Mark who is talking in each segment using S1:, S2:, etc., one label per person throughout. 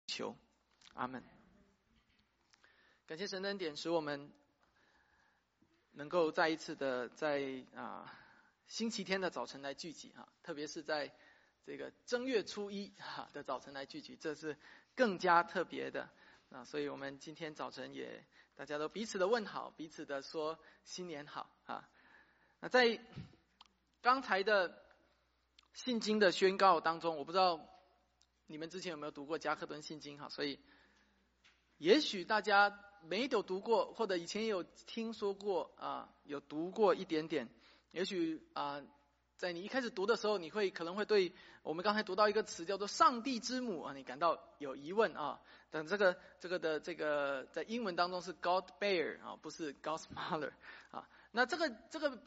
S1: 求，阿们。感谢神的恩典，使我们能够再一次的在星期天的早晨来聚集特别是在这个正月初一的早晨来聚集，这是更加特别的所以我们今天早晨也大家都彼此的问好，彼此的说新年好那在刚才的信经的宣告当中，我不知道你们之前有没有读过加克敦信经所以也许大家没有读过，或者以前也有听说过有读过一点点。也许在你一开始读的时候，你可能会对我们刚才读到一个词叫做上帝之母你感到有疑问但这个在英文当中是 God Bear 不是 God's Mother 那这个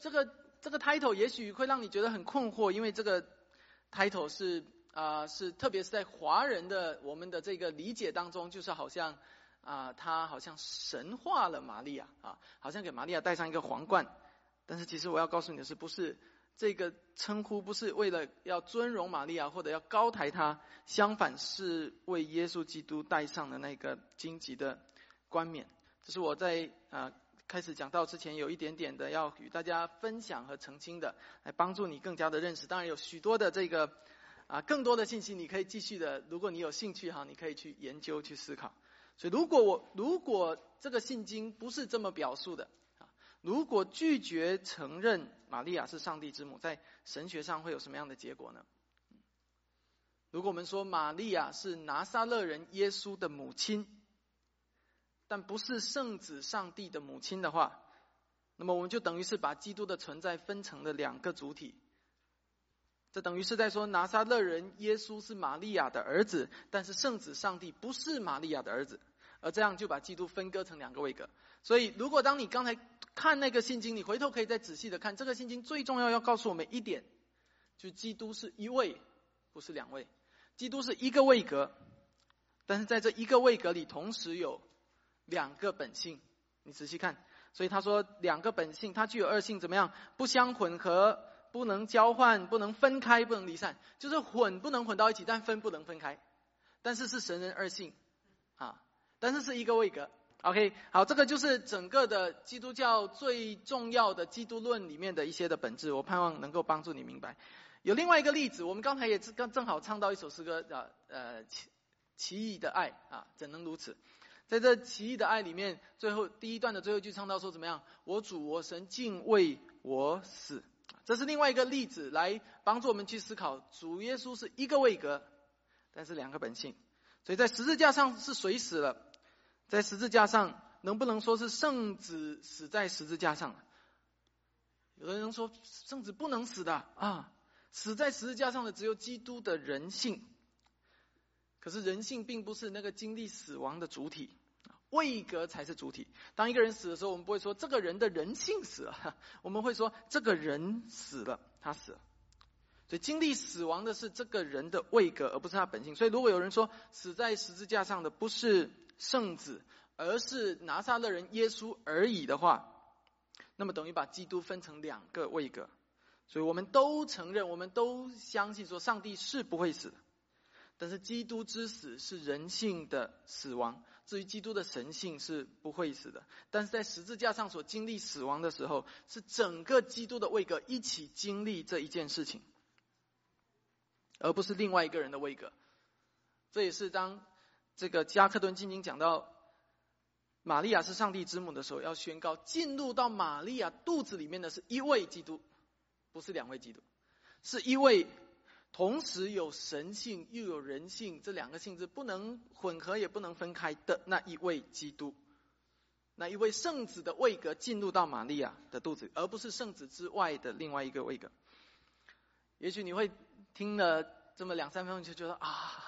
S1: title 也许会让你觉得很困惑，因为这个 title 是特别是在华人的我们的这个理解当中，就是好像他好像神化了玛利亚好像给玛利亚戴上一个皇冠。但是其实我要告诉你的是，不是这个称呼不是为了要尊荣玛利亚或者要高抬她，相反是为耶稣基督戴上了那个荆棘的冠冕。这是我在开始讲道之前有一点点的要与大家分享和澄清的，来帮助你更加的认识。当然有许多的这个更多的信息你可以继续的，如果你有兴趣你可以去研究去思考。所以如果这个信经不是这么表述的，如果拒绝承认玛利亚是上帝之母，在神学上会有什么样的结果呢？如果我们说玛利亚是拿撒勒人耶稣的母亲，但不是圣子上帝的母亲的话，那么我们就等于是把基督的存在分成了两个主体。这等于是在说拿撒勒人耶稣是玛利亚的儿子，但是圣子上帝不是玛利亚的儿子，而这样就把基督分割成两个位格。所以如果当你刚才看那个信经，你回头可以再仔细的看，这个信经最重要要告诉我们一点，就是基督是一位，不是两位。基督是一个位格，但是在这一个位格里同时有两个本性。你仔细看，所以他说两个本性，它具有二性，怎么样？不相混合，不能交换，不能分开，不能离散，就是混不能混到一起，但分不能分开。但是是神人二性但是是一个位格。OK， 好，这个就是整个的基督教最重要的基督论里面的一些的本质，我盼望能够帮助你明白。有另外一个例子，我们刚才也正好唱到一首诗歌奇异的爱怎能如此。在这奇异的爱里面，最后第一段的最后一句唱到说怎么样？我主我神竟为我死。这是另外一个例子，来帮助我们去思考主耶稣是一个位格，但是两个本性。所以在十字架上是谁死了？在十字架上能不能说是圣子死在十字架上？有的人说圣子不能死的死在十字架上的只有基督的人性。可是人性并不是那个经历死亡的主体，位格才是主体。当一个人死的时候，我们不会说这个人的人性死了，我们会说这个人死了，他死了。所以经历死亡的是这个人的位格，而不是他本性。所以如果有人说死在十字架上的不是圣子，而是拿撒勒人耶稣而已的话，那么等于把基督分成两个位格。所以我们都承认，我们都相信说上帝是不会死的，但是基督之死是人性的死亡，至于基督的神性是不会死的。但是在十字架上所经历死亡的时候，是整个基督的位格一起经历这一件事情，而不是另外一个人的位格。这也是当这个加克敦信经讲到玛利亚是上帝之母的时候，要宣告进入到玛利亚肚子里面的是一位基督，不是两位基督，是一位同时有神性又有人性，这两个性质不能混合也不能分开的那一位基督，那一位圣子的位格进入到玛利亚的肚子，而不是圣子之外的另外一个位格。也许你会听了这么2-3分钟就觉得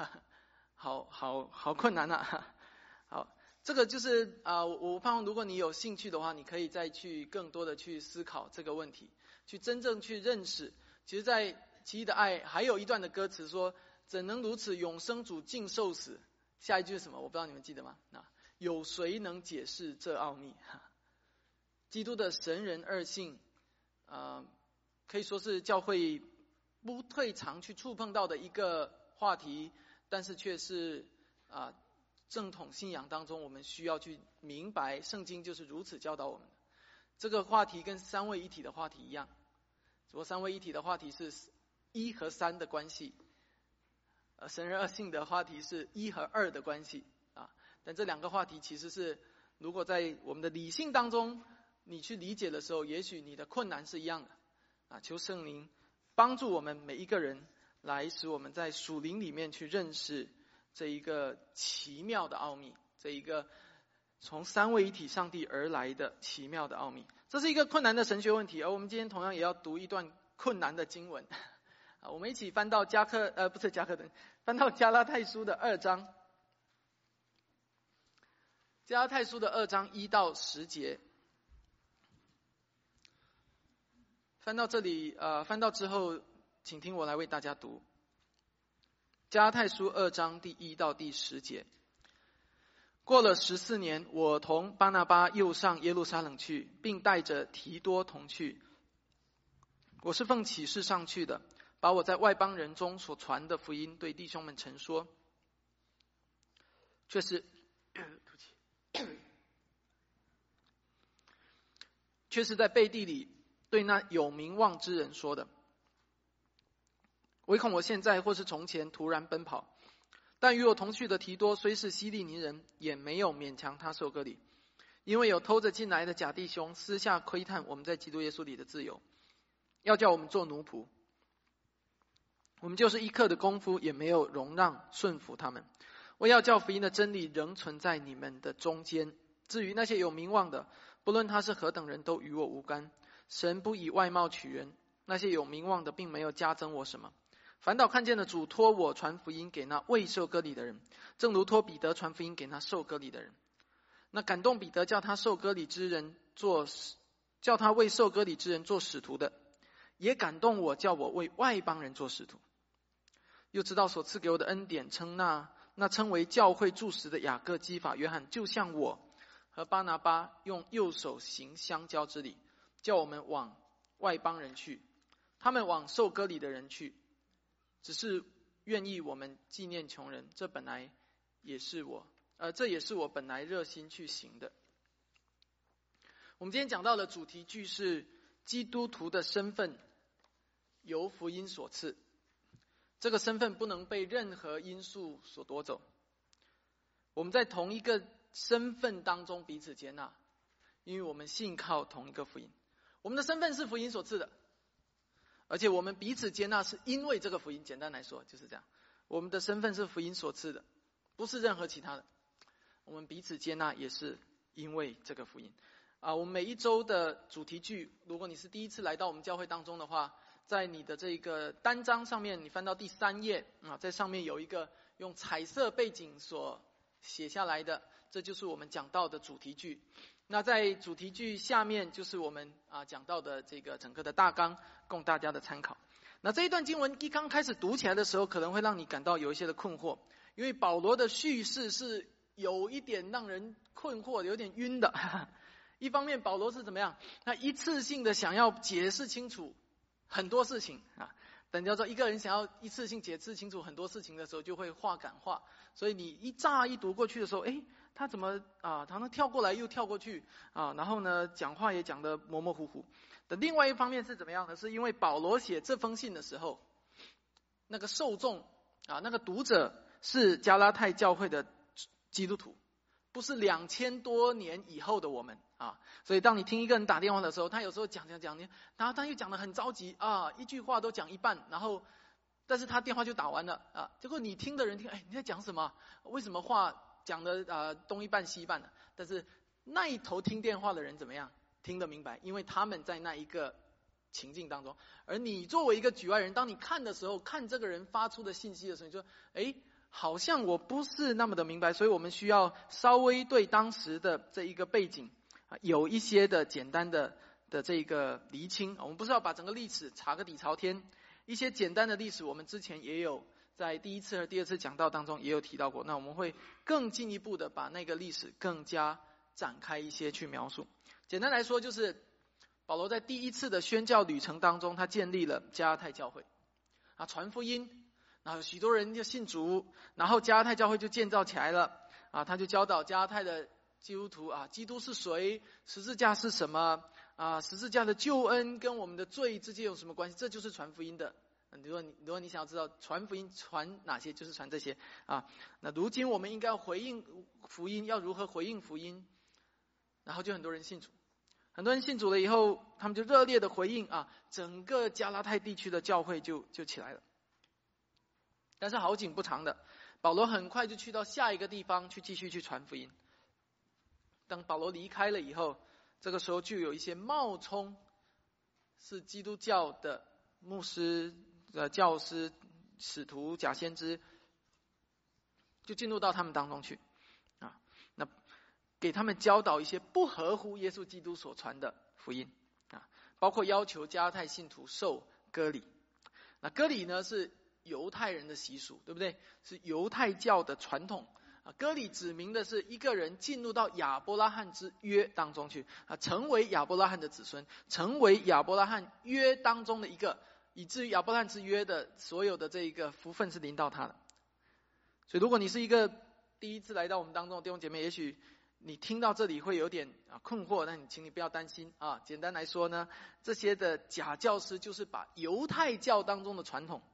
S1: 好困难好，这个就是我盼望如果你有兴趣的话，你可以再去更多的去思考这个问题，去真正去认识。其实在奇异的爱还有一段的歌词说，怎能如此，永生主竟受死。下一句是什么？我不知道你们记得吗？有谁能解释这奥秘？基督的神人二性可以说是教会不太常去触碰到的一个话题，但是却是正统信仰当中，我们需要去明白圣经就是如此教导我们的。这个话题跟三位一体的话题一样，只不过三位一体的话题是一和三的关系，神人二性的话题是一和二的关系啊。但这两个话题其实是，如果在我们的理性当中你去理解的时候，也许你的困难是一样的啊。求圣灵帮助我们每一个人，来使我们在属灵里面去认识这一个奇妙的奥秘，这一个从三位一体上帝而来的奇妙的奥秘。这是一个困难的神学问题，而我们今天同样也要读一段困难的经文啊。我们一起翻到翻到加拉太书的2章，加拉太书的2章1到10节。翻到这里，翻到之后，请听我来为大家读。加拉太书2章第1到第10节。过了14年，我同巴拿巴又上耶路撒冷去，并带着提多同去。我是奉启示上去的，把我在外邦人中所传的福音对弟兄们陈说，却是在背地里对那有名望之人说的。唯恐我现在或是从前突然奔跑。但与我同去的提多虽是希利尼人，也没有勉强他受割礼，因为有偷着进来的假弟兄私下窥探我们在基督耶稣里的自由，要叫我们做奴仆。我们就是一刻的功夫也没有容让顺服他们。我要叫福音的真理仍存在你们的中间。至于那些有名望的，不论他是何等人，都与我无干。神不以外貌取人，那些有名望的并没有加增我什么。反倒看见了主托我传福音给那未受割礼的人，正如托彼得传福音给那受割礼的人。那感动彼得叫他为受割礼之人做使徒的，也感动我叫我为外邦人做使徒。又知道所赐给我的恩典，称那称为教会柱石的雅各、基法、约翰，就像我和巴拿巴用右手行相交之礼，叫我们往外邦人去，他们往受割礼的人去。只是愿意我们纪念穷人，这也是我本来热心去行的。我们今天讲到的主题句是基督徒的身份由福音所赐，这个身份不能被任何因素所夺走。我们在同一个身份当中彼此接纳，因为我们信靠同一个福音。我们的身份是福音所赐的，而且我们彼此接纳是因为这个福音。简单来说就是这样，我们的身份是福音所赐的，不是任何其他的。我们彼此接纳也是因为这个福音。我们每一周的主题句，如果你是第一次来到我们教会当中的话，在你的这个单章上面，你翻到第3页在上面有一个用彩色背景所写下来的，这就是我们讲到的主题句。那在主题句下面就是我们讲到的这个整个的大纲，供大家的参考。那这一段经文一刚开始读起来的时候，可能会让你感到有一些的困惑，因为保罗的叙事是有一点让人困惑，有点晕的。一方面保罗是怎么样，他一次性的想要解释清楚很多事情等叫做一个人想要一次性解释清楚很多事情的时候，就会话赶话，所以你一读过去的时候，他怎么常常跳过来又跳过去然后呢讲话也讲得模模糊糊的。另外一方面是怎么样呢？是因为保罗写这封信的时候，那个受众那个读者是加拉太教会的基督徒，不是2000多年以后的我们所以当你听一个人打电话的时候，他有时候讲，然后他又讲得很着急一句话都讲一半，然后但是他电话就打完了结果你听的人听，你在讲什么？为什么话讲的东一半西一半的？但是那一头听电话的人怎么样？听得明白，因为他们在那一个情境当中。而你作为一个局外人，当你看的时候，看这个人发出的信息的时候，你说好像我不是那么的明白，所以我们需要稍微对当时的这一个背景有一些的简单的这个厘清。我们不是要把整个历史查个底朝天，一些简单的历史我们之前也有在第一次和第二次讲道当中也有提到过，那我们会更进一步的把那个历史更加展开一些去描述。简单来说，就是保罗在第一次的宣教旅程当中，他建立了加拉太教会传福音，然后许多人就信主，然后加拉太教会就建造起来了他就教导加拉太的基督徒基督是谁，十字架是什么十字架的救恩跟我们的罪之间有什么关系？这就是传福音的。如果你想要知道传福音传哪些，就是传这些那如今我们应该要回应福音，要如何回应福音？然后就很多人信主，很多人信主了以后，他们就热烈的回应整个加拉太地区的教会就起来了。但是好景不长的，保罗很快就去到下一个地方去继续去传福音。当保罗离开了以后，这个时候就有一些冒充是基督教的牧师、教师、使徒、假先知，就进入到他们当中去那给他们教导一些不合乎耶稣基督所传的福音包括要求加拉太信徒受割礼。那割礼呢是犹太人的习俗，对不对？是犹太教的传统割礼指明的是一个人进入到亚伯拉罕之约当中去成为亚伯拉罕的子孙，成为亚伯拉罕约当中的一个，以至于亚伯拉罕之约的所有的这一个福分是临到他的。所以如果你是一个第一次来到我们当中的弟兄姐妹，也许你听到这里会有点困惑，但请你不要担心简单来说呢，这些的假教师就是把犹太教当中的传统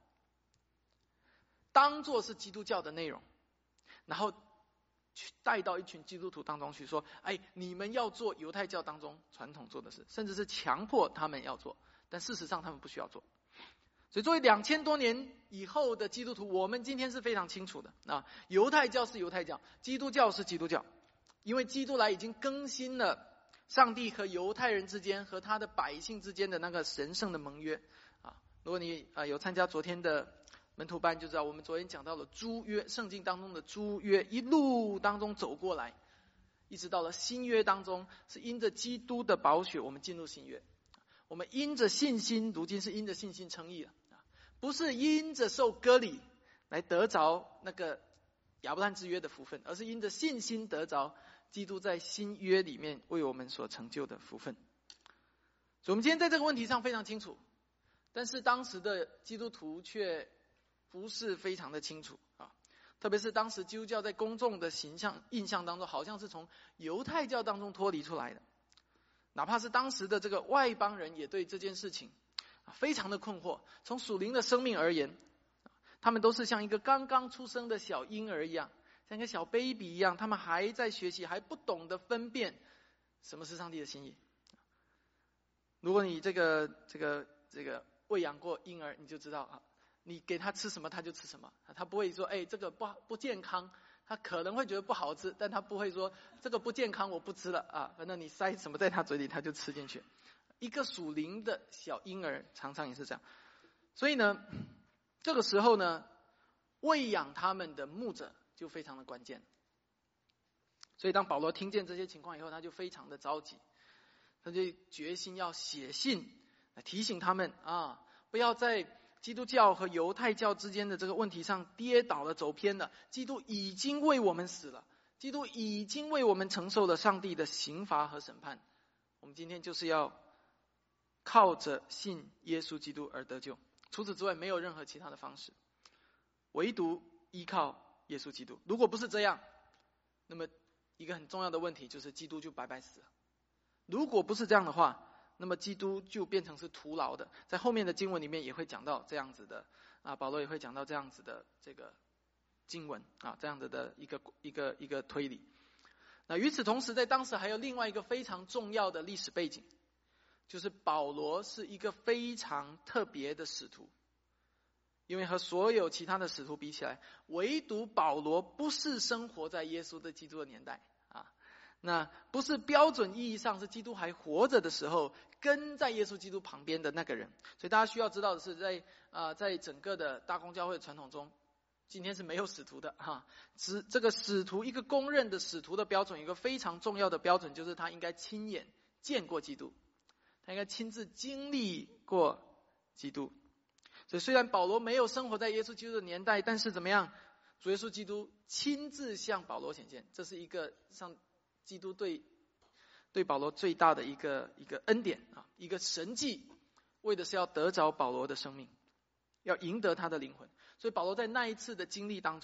S1: 当作是基督教的内容，然后去带到一群基督徒当中去说，你们要做犹太教当中传统做的事，甚至是强迫他们要做，但事实上他们不需要做。所以作为2000多年以后的基督徒，我们今天是非常清楚的犹太教是犹太教，基督教是基督教，因为基督来已经更新了上帝和犹太人之间和他的百姓之间的那个神圣的盟约如果你有参加昨天的门徒班就知道，我们昨天讲到了诸约，圣经当中的诸约一路当中走过来，一直到了新约当中，是因着基督的宝血我们进入新约。我们因着信心，如今是因着信心称义了不是因着受割礼来得着那个亚伯拉罕之约的福分，而是因着信心得着基督在新约里面为我们所成就的福分。所以我们今天在这个问题上非常清楚，但是当时的基督徒却不是非常的清楚特别是当时基督教在公众的印象当中，好像是从犹太教当中脱离出来的。哪怕是当时的这个外邦人也对这件事情非常的困惑。从属灵的生命而言，他们都是像一个刚刚出生的小婴儿一样，像一个小 baby 一样，他们还在学习，还不懂得分辨什么是上帝的心意。如果你这个喂养过婴儿，你就知道你给他吃什么他就吃什么，他不会说这个不健康，他可能会觉得不好吃，但他不会说这个不健康我不吃了反正你塞什么在他嘴里他就吃进去。一个属灵的小婴儿常常也是这样。所以呢这个时候呢喂养他们的牧者就非常的关键。所以当保罗听见这些情况以后，他就非常的着急，他就决心要写信来提醒他们不要在基督教和犹太教之间的这个问题上跌倒了，走偏了。基督已经为我们死了，基督已经为我们承受了上帝的刑罚和审判。我们今天就是要靠着信耶稣基督而得救，除此之外没有任何其他的方式，唯独依靠耶稣基督。如果不是这样，那么一个很重要的问题就是基督就白白死了。如果不是这样的话，那么基督就变成是徒劳的。在后面的经文里面也会讲到这样子的保罗也会讲到这样子的这个经文这样子的一个推理。那与此同时，在当时还有另外一个非常重要的历史背景，就是保罗是一个非常特别的使徒。因为和所有其他的使徒比起来，唯独保罗不是生活在耶稣的基督的年代那不是标准意义上是基督还活着的时候跟在耶稣基督旁边的那个人。所以大家需要知道的是，在整个的大公教会的传统中，今天是没有使徒的这个使徒，一个公认的使徒的标准，一个非常重要的标准就是他应该亲眼见过基督，他应该亲自经历过基督。所以虽然保罗没有生活在耶稣基督的年代，但是怎么样，主耶稣基督亲自向保罗显现，这是一个上基督对保罗最大的一个恩典一个神迹，为的是要得着保罗的生命，要赢得他的灵魂。所以保罗在那一次的经历当中，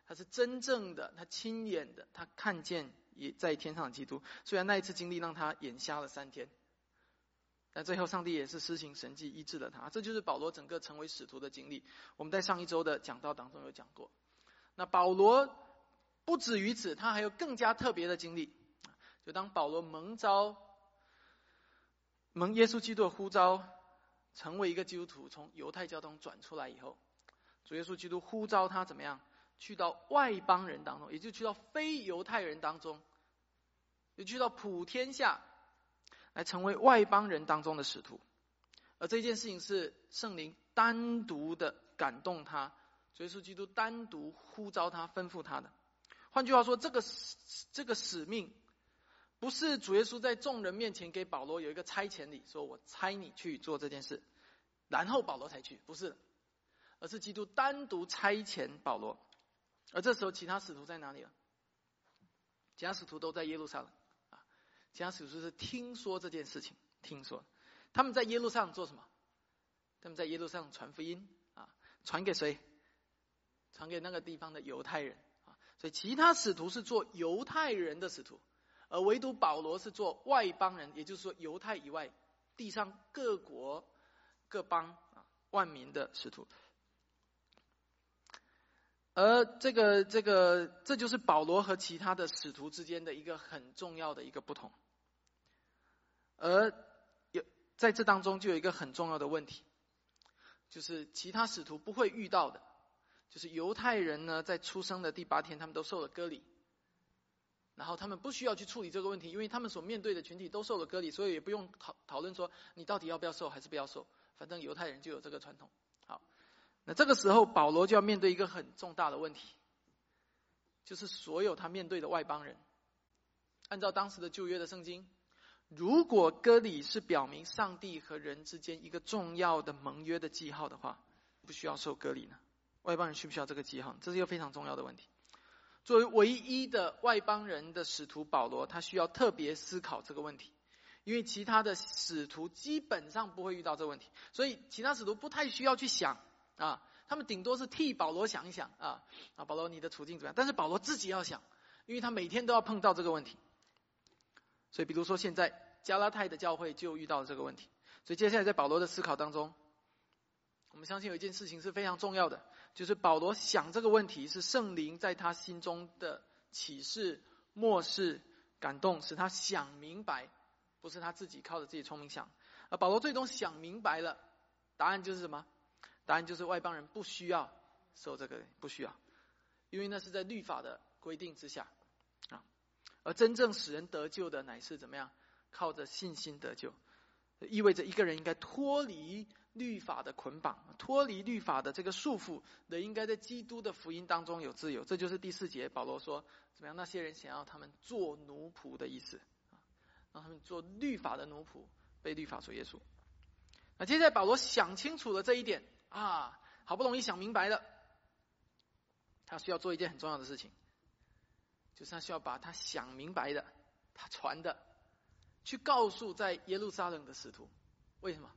S1: 他是真正的，他亲眼的，他看见也在天上的基督。虽然那一次经历让他眼瞎了3天，但最后上帝也是施行神迹医治了他。这就是保罗整个成为使徒的经历。我们在上一周的讲道当中有讲过。那保罗不止于此，他还有更加特别的经历。就当保罗蒙耶稣基督的呼召，成为一个基督徒，从犹太教中转出来以后，主耶稣基督呼召他怎么样？去到外邦人当中，也就去到非犹太人当中，也去到普天下，来成为外邦人当中的使徒。而这件事情是圣灵单独的感动他，主耶稣基督单独呼召他、吩咐他的。换句话说，这个使命不是主耶稣在众人面前给保罗有一个差遣礼，说我差你去做这件事，然后保罗才去，不是的，而是基督单独差遣保罗。而这时候其他使徒在哪里了？其他使徒都在耶路撒冷啊，其他使徒是听说这件事情，听说他们在耶路撒冷做什么？他们在耶路撒冷传福音啊，传给谁？传给那个地方的犹太人啊。所以其他使徒是做犹太人的使徒，而唯独保罗是做外邦人，也就是说犹太以外地上各国各邦啊万民的使徒。而这就是保罗和其他的使徒之间的一个很重要的一个不同。而在这当中就有一个很重要的问题，就是其他使徒不会遇到的，就是犹太人呢在出生的第8天他们都受了割礼，然后他们不需要去处理这个问题，因为他们所面对的群体都受了割礼，所以也不用讨论说你到底要不要受还是不要受，反正犹太人就有这个传统。好，那这个时候保罗就要面对一个很重大的问题，就是所有他面对的外邦人。按照当时的旧约的圣经，如果割礼是表明上帝和人之间一个重要的盟约的记号的话，不需要受割礼呢？外邦人需不需要这个记号？这是一个非常重要的问题。作为唯一的外邦人的使徒保罗，他需要特别思考这个问题，因为其他的使徒基本上不会遇到这个问题，所以其他使徒不太需要去想啊，他们顶多是替保罗想一想啊，保罗你的处境怎么样？但是保罗自己要想，因为他每天都要碰到这个问题。所以比如说现在加拉太的教会就遇到了这个问题，所以接下来在保罗的思考当中，我们相信有一件事情是非常重要的，就是保罗想这个问题是圣灵在他心中的启示、默示、感动，使他想明白，不是他自己靠着自己聪明想。而保罗最终想明白了，答案就是什么？答案就是外邦人不需要受这个，不需要，因为那是在律法的规定之下啊。而真正使人得救的乃是怎么样？靠着信心得救，意味着一个人应该脱离律法的捆绑，脱离律法的这个束缚，人应该在基督的福音当中有自由。这就是第4节保罗说怎么样？那些人想要他们做奴仆的意思，让他们做律法的奴仆，被律法所约束。那接下来保罗想清楚了这一点啊，好不容易想明白了，他需要做一件很重要的事情，就是他需要把他想明白的，他传的，去告诉在耶路撒冷的使徒。为什么？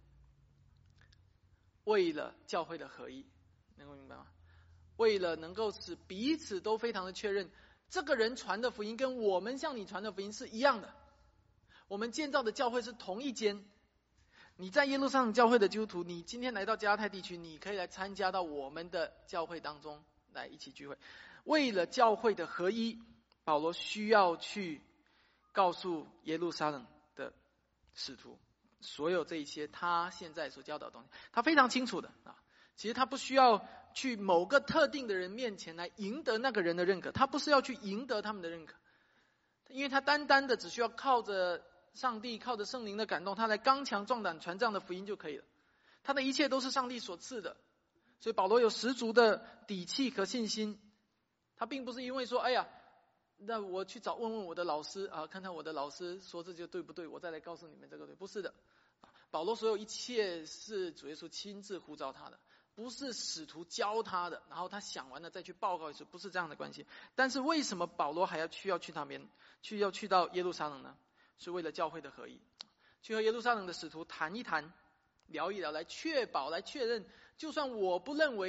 S1: 为了教会的合一，能够明白吗？为了能够使彼此都非常的确认，这个人传的福音跟我们向你传的福音是一样的，我们建造的教会是同一间。你在耶路撒冷教会的基督徒，你今天来到加拉太地区，你可以来参加到我们的教会当中来一起聚会。为了教会的合一，保罗需要去告诉耶路撒冷的使徒所有这一些他现在所教导的东西，他非常清楚的啊。其实他不需要去某个特定的人面前来赢得那个人的认可，他不是要去赢得他们的认可，因为他单单的只需要靠着上帝，靠着圣灵的感动，他来刚强壮胆传这样的福音就可以了。他的一切都是上帝所赐的，所以保罗有十足的底气和信心。他并不是因为说，哎呀，那我去问问我的老师啊，看看我的老师说这就对不对，我再来告诉你们这个对，不是的。保罗所有一切是主耶稣亲自呼召他的，不是使徒教他的，然后他想完了再去报告一次，不是这样的关系。但是为什么保罗还要去那边，要去到耶路撒冷呢？是为了教会的合一，去和耶路撒冷的使徒谈一谈，聊一聊，来确保，来确认，就算我不认为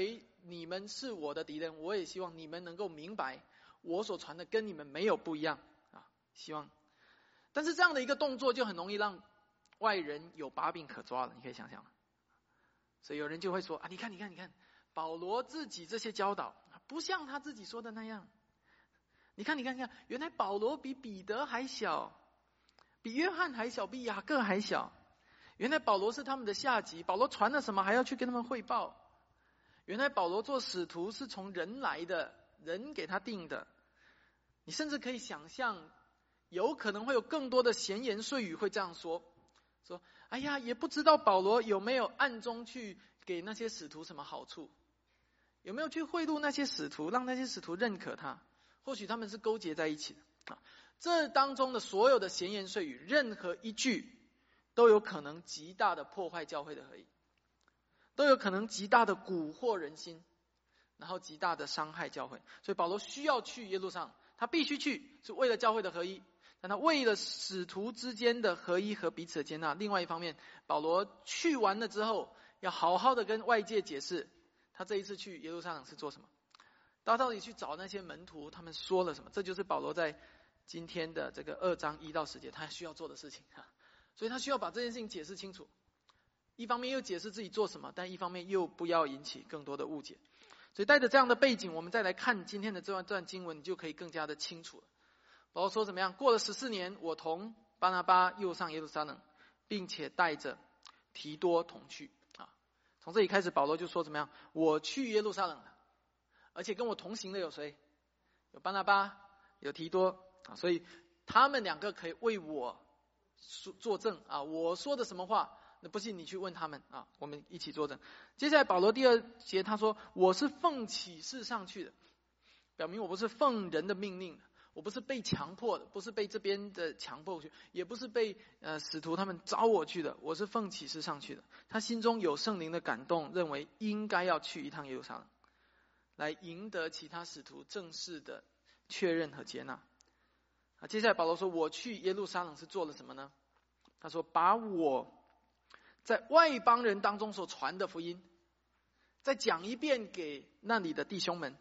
S1: 你们是我的敌人，我也希望你们能够明白，我所传的跟你们没有不一样啊。希望，但是这样的一个动作就很容易让外人有把柄可抓了，你可以想想。所以有人就会说啊，你看，保罗自己这些教导不像他自己说的那样。你看，原来保罗比彼得还小，比约翰还小，比雅各还小。原来保罗是他们的下级，保罗传了什么还要去跟他们汇报。原来保罗做使徒是从人来的，人给他定的。你甚至可以想象，有可能会有更多的闲言碎语会这样说，哎呀，也不知道保罗有没有暗中去给那些使徒什么好处，有没有去贿赂那些使徒，让那些使徒认可他。或许他们是勾结在一起的。这当中的所有的闲言碎语，任何一句都有可能极大的破坏教会的合一，都有可能极大的蛊惑人心，然后极大的伤害教会。所以保罗需要去耶路撒冷，他必须去，是为了教会的合一，但他为了使徒之间的合一和彼此的接纳。另外一方面，保罗去完了之后，要好好的跟外界解释，他这一次去耶路撒冷是做什么，他到底去找那些门徒，他们说了什么。这就是保罗在今天的这个2章1到10节他需要做的事情。所以他需要把这件事情解释清楚，一方面又解释自己做什么，但一方面又不要引起更多的误解。所以带着这样的背景，我们再来看今天的这段经文，你就可以更加的清楚了。保罗说怎么样？过了14年，我同巴拿巴又上耶路撒冷，并且带着提多同去。从这里开始，保罗就说怎么样？我去耶路撒冷了，而且跟我同行的有谁？有巴拿巴，有提多，所以他们2个可以为我作证啊！我说的什么话，那不信你去问他们啊！我们一起作证。接下来保罗第2节他说：“我是奉启示上去的，表明我不是奉人的命令的，我不是被强迫的，不是被这边的强迫去，也不是被使徒他们找我去的，我是奉启示上去的。”他心中有圣灵的感动，认为应该要去一趟耶路撒冷，来赢得其他使徒正式的确认和接纳。接下来保罗说，我去耶路撒冷是做了什么呢？他说，把我在外邦人当中所传的福音再讲一遍给那里的弟兄们。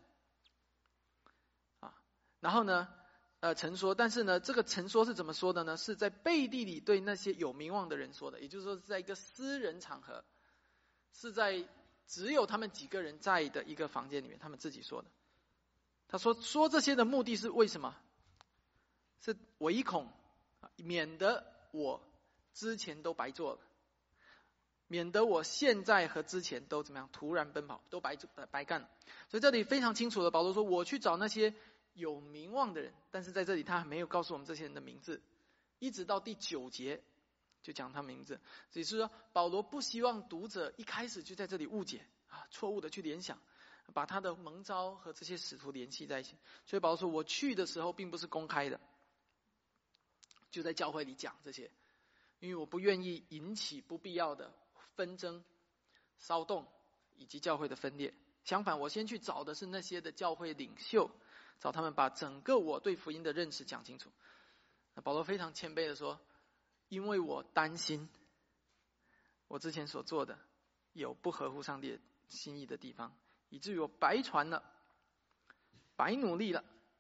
S1: 然后呢陈说，但是呢这个陈说是怎么说的呢？是在背地里对那些有名望的人说的，也就是说是在一个私人场合，是在只有他们几个人在的一个房间里面，他们自己说的。他说这些的目的是为什么？是唯恐免得我之前都白做了，免得我现在和之前都怎么样突然奔跑，都白干了。所以这里非常清楚的，保罗说我去找那些有名望的人，但是在这里他还没有告诉我们这些人的名字，一直到第9节就讲他名字。只是说保罗不希望读者一开始就在这里误解错误的去联想，把他的蒙召和这些使徒联系在一起。所以保罗说我去的时候并不是公开的，就在教会里讲这些，因为我不愿意引起不必要的纷争、骚动以及教会的分裂。相反，我先去找的是那些的教会领袖，找他们把整个我对福音的认识讲清楚。保罗非常谦卑的说，因为我担心我之前所做的有不合乎上帝心意的地方，以至于我白传了，白努力了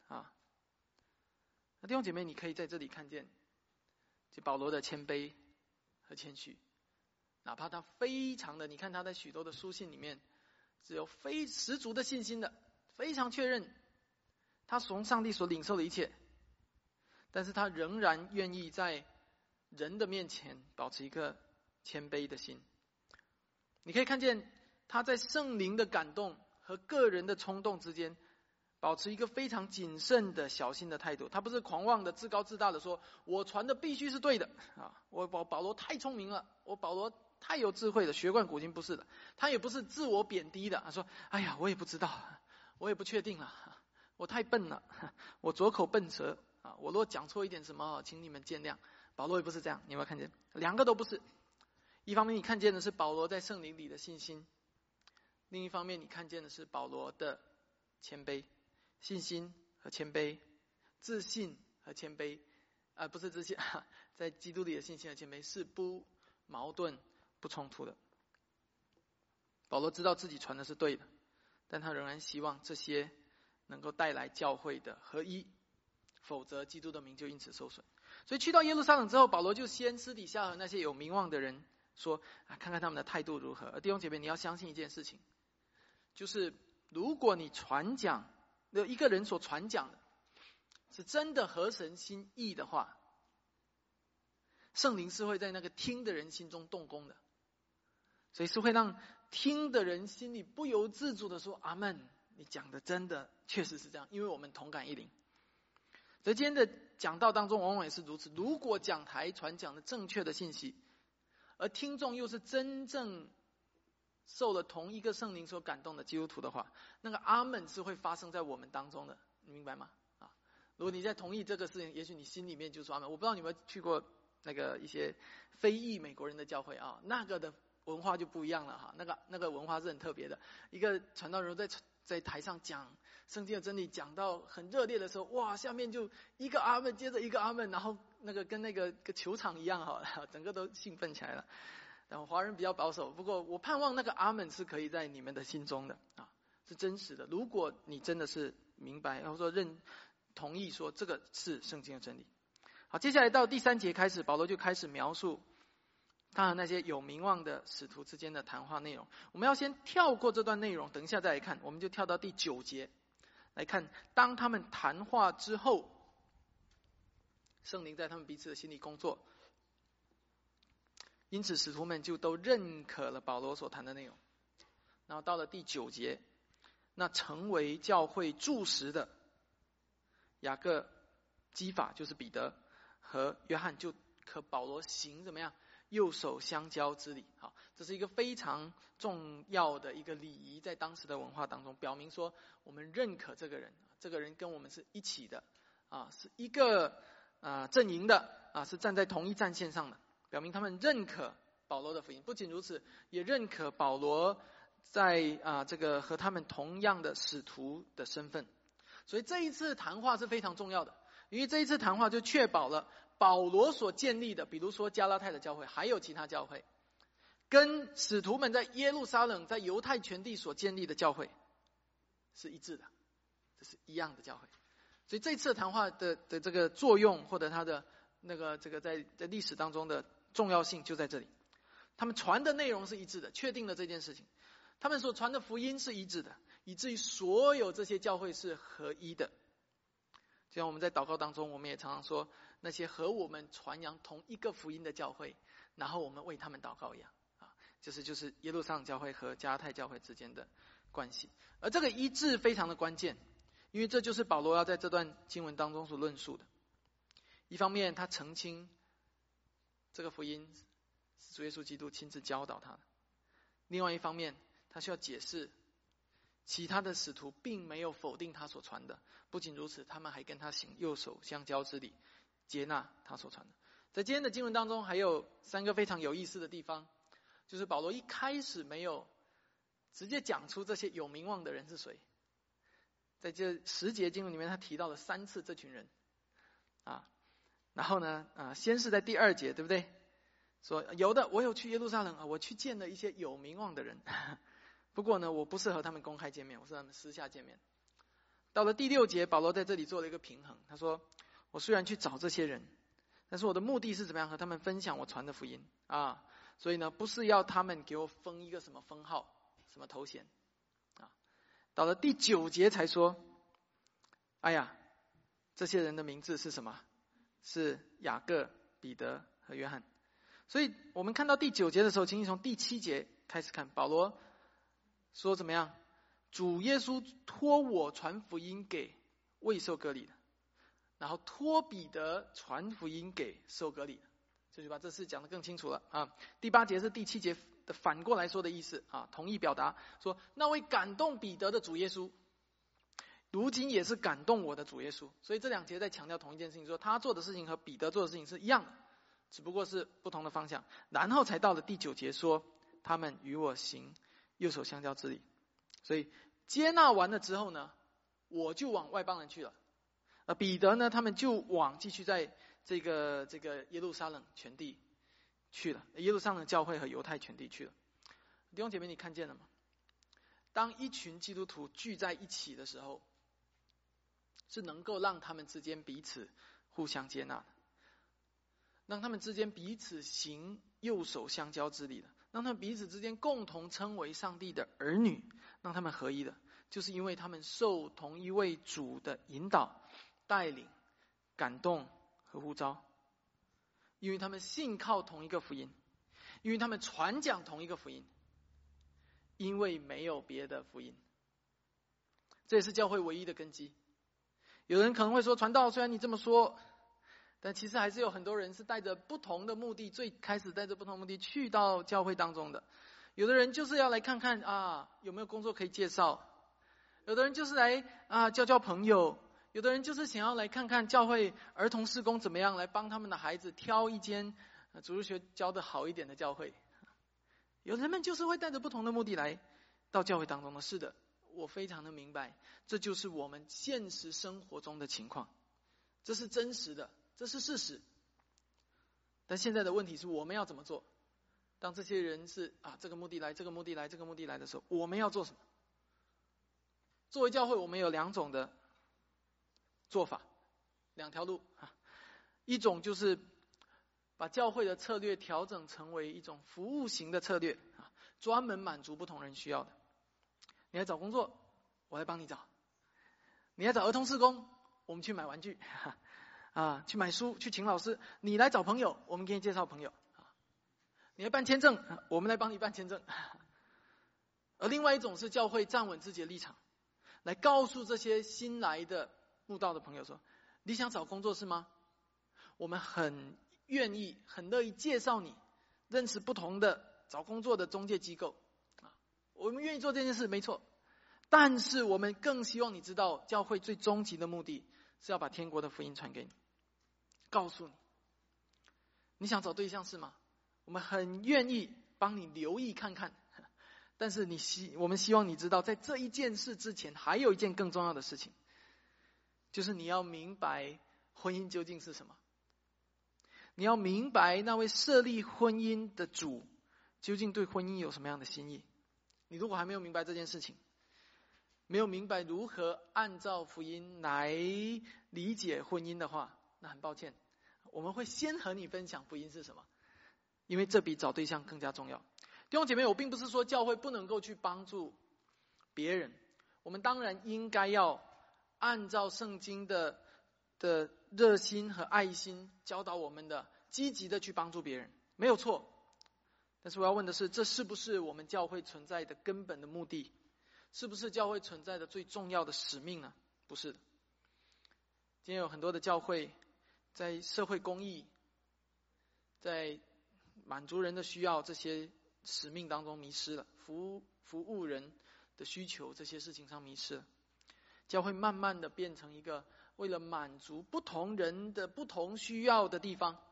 S1: 弟兄姐妹，你可以在这里看见就保罗的谦卑和谦虚，哪怕他非常的，你看他在许多的书信里面是有非十足的信心的，非常确认他从上帝所领受的一切，但是他仍然愿意在人的面前保持一个谦卑的心。你可以看见他在圣灵的感动和个人的冲动之间保持一个非常谨慎的小心的态度。他不是狂妄的自高自大的说我传的必须是对的我保罗太聪明了，我保罗太有智慧了，学贯古今，不是的。他也不是自我贬低的说哎呀我也不知道，我也不确定了，我太笨了，我拙口笨舌我若讲错一点什么请你们见谅。保罗也不是这样，你有没有看见？2个都不是。一方面你看见的是保罗在圣灵里的信心，另一方面你看见的是保罗的谦卑。信心和谦卑，自信和谦卑不是自信在基督里的信心和谦卑是不矛盾不冲突的。保罗知道自己传的是对的， 但他仍然希望这些能够带来教会的合一，否则基督的名就因此受损。所以去到耶路撒冷之后，保罗就先私底下和那些有名望的人说看看他们的态度如何。而弟兄姐妹，你要相信一件事情，就是如果你传讲一个人所传讲的是真的合神心意的话，圣灵是会在那个听的人心中动工的，所以是会让听的人心里不由自主的说阿们，你讲的真的确实是这样，因为我们同感一灵。所以今天的讲道当中往往也是如此，如果讲台传讲的正确的信息，而听众又是真正受了同一个圣灵所感动的基督徒的话，那个阿们是会发生在我们当中的，你明白吗？如果你在同意这个事情，也许你心里面就说阿们。我不知道你们去过那个一些非裔美国人的教会啊，那个的文化就不一样了哈，那个文化是很特别的。一个传道人在台上讲圣经的真理，讲到很热烈的时候，哇，下面就一个阿们接着一个阿们，然后那个跟那个球场一样哈，整个都兴奋起来了。然后华人比较保守，不过我盼望那个阿们是可以在你们的心中的啊，是真实的。如果你真的是明白，然后说同意说这个是圣经的真理。好，接下来到第3节开始，保罗就开始描述他和那些有名望的使徒之间的谈话内容。我们要先跳过这段内容，等一下再来看。我们就跳到第9节来看，当他们谈话之后，圣灵在他们彼此的心里工作，因此使徒们就都认可了保罗所谈的内容。然后到了第9节，那成为教会柱石的雅各、基法就是彼得和约翰，就和保罗行怎么样右手相交之礼。好，这是一个非常重要的一个礼仪，在当时的文化当中，表明说我们认可这个人，这个人跟我们是一起的啊，是一个阵营的啊，是站在同一战线上的，表明他们认可保罗的福音。不仅如此，也认可保罗在这个和他们同样的使徒的身份。所以这一次谈话是非常重要的，因为这一次谈话就确保了保罗所建立的，比如说加拉太的教会，还有其他教会，跟使徒们在耶路撒冷在犹太全地所建立的教会是一致的，这是一样的教会。所以这次谈话的这个作用，或者它的这个在历史当中的重要性就在这里。他们传的内容是一致的，确定了这件事情。他们所传的福音是一致的，以至于所有这些教会是合一的。就像我们在祷告当中，我们也常常说，那些和我们传扬同一个福音的教会，然后我们为他们祷告一样啊，就是耶路撒冷教会和加拉太教会之间的关系。而这个一致非常的关键，因为这就是保罗要在这段经文当中所论述的。一方面他澄清这个福音是主耶稣基督亲自教导他的，另外一方面他需要解释其他的使徒并没有否定他所传的，不仅如此，他们还跟他行右手相交之礼，接纳他所传的。在今天的经文当中还有3个非常有意思的地方，就是保罗一开始没有直接讲出这些有名望的人是谁，在这10节经文里面他提到了3次这群人啊。然后呢先是在第2节，对不对？说有的我有去耶路撒冷我去见了一些有名望的人，不过呢我不是和他们公开见面，我是和他们私下见面。到了第6节，保罗在这里做了一个平衡，他说我虽然去找这些人，但是我的目的是怎么样和他们分享我传的福音啊，所以呢不是要他们给我封一个什么封号什么头衔啊。到了第9节才说，哎呀，这些人的名字是什么？是雅各、彼得和约翰。所以我们看到第9节的时候，请你从第7节开始看，保罗说怎么样？主耶稣托我传福音给未受割礼的，然后托彼得传福音给受割礼的，这就把这事讲得更清楚了啊。第8节是第7节的反过来说的意思啊，同意表达说那位感动彼得的主耶稣，如今也是感动我的主耶稣。所以这2节在强调同一件事情，说他做的事情和彼得做的事情是一样的，只不过是不同的方向。然后才到了第9节说他们与我行右手相交之礼。所以接纳完了之后呢，我就往外邦人去了，彼得呢他们就继续在这个耶路撒冷全地去了，耶路撒冷教会和犹太全地去了。弟兄姐妹，你看见了吗？ 当一群基督徒聚在一起的时候，是能够让他们之间彼此互相接纳的，让他们之间彼此行右手相交之礼的，让他们彼此之间共同称为上帝的儿女，让他们合一的，就是因为他们受同一位主的引导、带领、感动和呼召，因为他们信靠同一个福音，因为他们传讲同一个福音，因为没有别的福音。这也是教会唯一的根基。有人可能会说，传道虽然你这么说，但其实还是有很多人是带着不同的目的，最开始带着不同的目的去到教会当中的。有的人就是要来看看有没有工作可以介绍，有的人就是来交朋友，有的人就是想要来看看教会儿童事工怎么样，来帮他们的孩子挑一间主日学教得好一点的教会。有人们就是会带着不同的目的来到教会当中的。是的，我非常的明白，这就是我们现实生活中的情况，这是真实的，这是事实。但现在的问题是，我们要怎么做？当这些人是这个目的来，这个目的来，这个目的来的时候，我们要做什么？作为教会，我们有两种的做法，两条路一种就是把教会的策略调整成为一种服务型的策略专门满足不同人需要的。你来找工作，我来帮你找；你来找儿童事工，我们去买玩具去买书，去请老师；你来找朋友，我们给你介绍朋友；你来办签证，我们来帮你办签证。而另外一种是教会站稳自己的立场，来告诉这些新来的慕道的朋友说，你想找工作是吗？我们很愿意很乐意介绍你认识不同的找工作的中介机构我们愿意做这件事没错，但是我们更希望你知道，教会最终极的目的是要把天国的福音传给你，告诉你。你想找对象是吗？我们很愿意帮你留意看看，但是我们希望你知道，在这一件事之前还有一件更重要的事情，就是你要明白婚姻究竟是什么。你要明白那位设立婚姻的主究竟对婚姻有什么样的心意。你如果还没有明白这件事情，没有明白如何按照福音来理解婚姻的话，那很抱歉，我们会先和你分享福音是什么，因为这比找对象更加重要。弟兄姐妹，我并不是说教会不能够去帮助别人，我们当然应该要按照圣经的热心和爱心教导我们的，积极的去帮助别人，没有错。但是我要问的是，这是不是我们教会存在的根本的目的？是不是教会存在的最重要的使命呢？不是的。今天有很多的教会在社会公益、在满足人的需要这些使命当中迷失了，服务人的需求这些事情上迷失了。教会慢慢的变成一个为了满足不同人的不同需要的地方，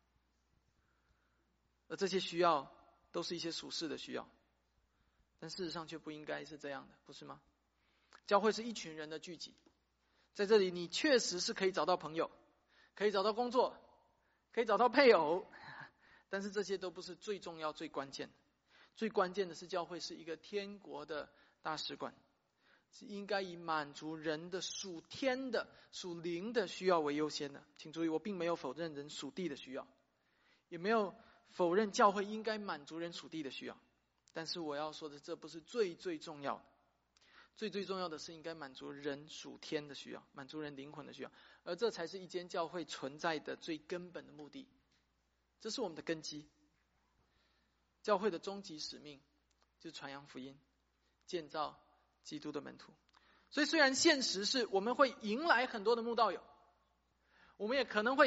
S1: 而这些需要都是一些属世的需要，但事实上却不应该是这样的，不是吗？教会是一群人的聚集，在这里你确实是可以找到朋友，可以找到工作，可以找到配偶，但是这些都不是最重要最关键的。最关键的是，教会是一个天国的大使馆，是应该以满足人的属天的属灵的需要为优先的。请注意，我并没有否认人属地的需要，也没有否认教会应该满足人属地的需要，但是我要说的，这不是最重要的。最重要的是应该满足人属天的需要，满足人灵魂的需要，而这才是一间教会存在的最根本的目的。这是我们的根基。教会的终极使命就是传扬福音，建造基督的门徒。所以虽然现实是我们会迎来很多的慕道友，我们也可能会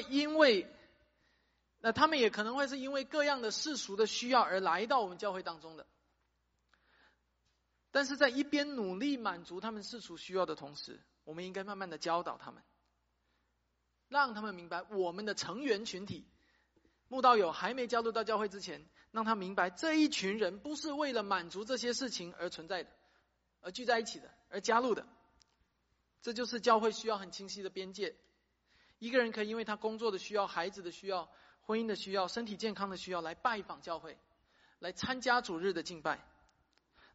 S1: 他们也可能会是因为各样的世俗的需要而来到我们教会当中的，但是在一边努力满足他们世俗需要的同时，我们应该慢慢的教导他们，让他们明白我们的成员群体慕道友还没加入到教会之前，让他明白这一群人不是为了满足这些事情而存在的，而聚在一起的，而加入的。这就是教会需要很清晰的边界。一个人可以因为他工作的需要、孩子的需要、婚姻的需要、身体健康的需要来拜访教会，来参加主日的敬拜，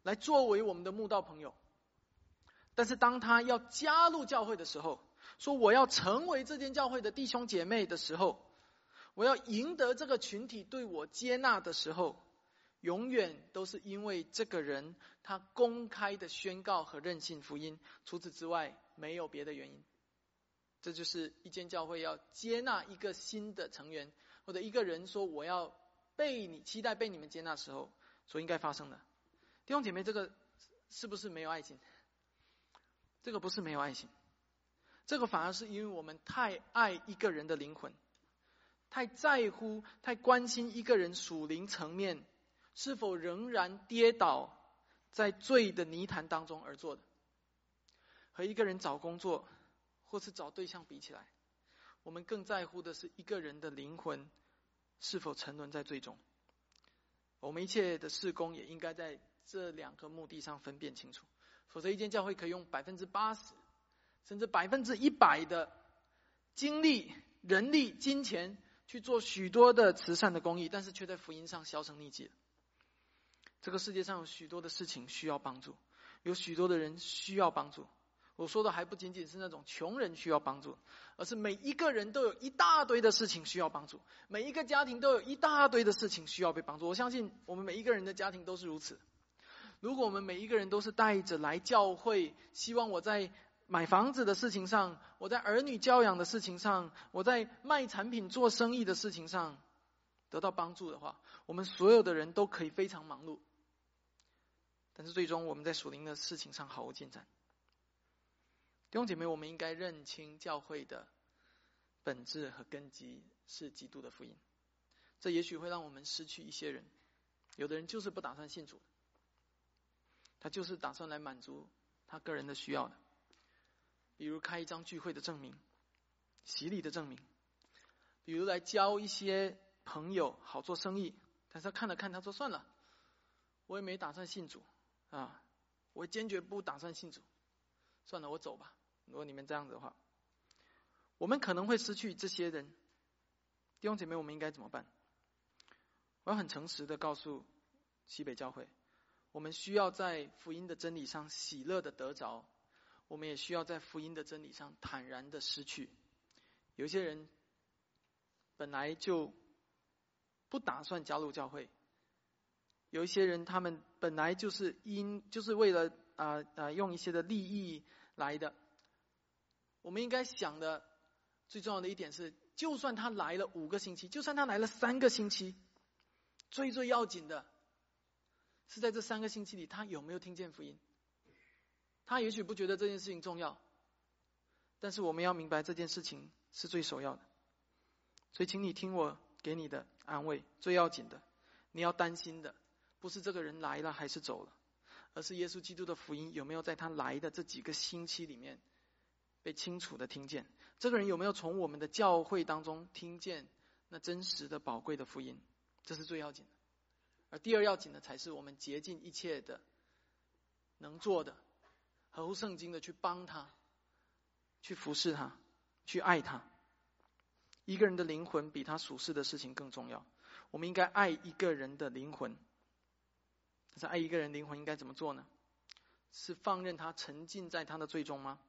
S1: 来作为我们的慕道朋友。但是当他要加入教会的时候，说我要成为这间教会的弟兄姐妹的时候，我要赢得这个群体对我接纳的时候，永远都是因为这个人他公开的宣告和认信福音，除此之外没有别的原因。这就是一间教会要接纳一个新的成员，或者一个人说我要期待被你们接纳的时候所应该发生的。弟兄姐妹，这个是不是没有爱心？这个不是没有爱心，这个反而是因为我们太爱一个人的灵魂，太在乎太关心一个人属灵层面是否仍然跌倒在罪的泥潭当中而做的。和一个人找工作或是找对象比起来，我们更在乎的是一个人的灵魂是否沉沦在罪中。我们一切的事工也应该在这两个目的上分辨清楚，否则一间教会可以用80%甚至100%的精力、人力、金钱去做许多的慈善的公益，但是却在福音上销声匿迹了。这个世界上有许多的事情需要帮助，有许多的人需要帮助。我说的还不仅仅是那种穷人需要帮助，而是每一个人都有一大堆的事情需要帮助，每一个家庭都有一大堆的事情需要被帮助。我相信我们每一个人的家庭都是如此。如果我们每一个人都是带着来教会，希望我在买房子的事情上，我在儿女教养的事情上，我在卖产品做生意的事情上得到帮助的话，我们所有的人都可以非常忙碌，但是最终我们在属灵的事情上毫无进展。弟兄姐妹，我们应该认清教会的本质和根基是基督的福音。这也许会让我们失去一些人，有的人就是不打算信主，他就是打算来满足他个人的需要的，比如开一张聚会的证明，洗礼的证明，比如来交一些朋友好做生意，但是他看了看，他说算了，我也没打算信主啊，我坚决不打算信主，算了，我走吧。如果你们这样子的话，我们可能会失去这些人。弟兄姐妹，我们应该怎么办？我要很诚实的告诉西北教会，我们需要在福音的真理上喜乐的得着，我们也需要在福音的真理上坦然的失去。有些人本来就不打算加入教会，有一些人他们本来就是为了用一些的利益来的。我们应该想的最重要的一点是，就算他来了5个星期，就算他来了3个星期，最要紧的是在这3个星期里他有没有听见福音。他也许不觉得这件事情重要，但是我们要明白这件事情是最首要的。所以请你听我给你的安慰，最要紧的，你要担心的不是这个人来了还是走了，而是耶稣基督的福音有没有在他来的这几个星期里面被清楚的听见，这个人有没有从我们的教会当中听见那真实的宝贵的福音，这是最要紧的。而第二要紧的才是我们竭尽一切的能做的，合乎圣经的去帮他，去服侍他，去爱他。一个人的灵魂比他属世的事情更重要，我们应该爱一个人的灵魂。但是爱一个人灵魂应该怎么做呢？是放任他沉浸在他的罪中吗？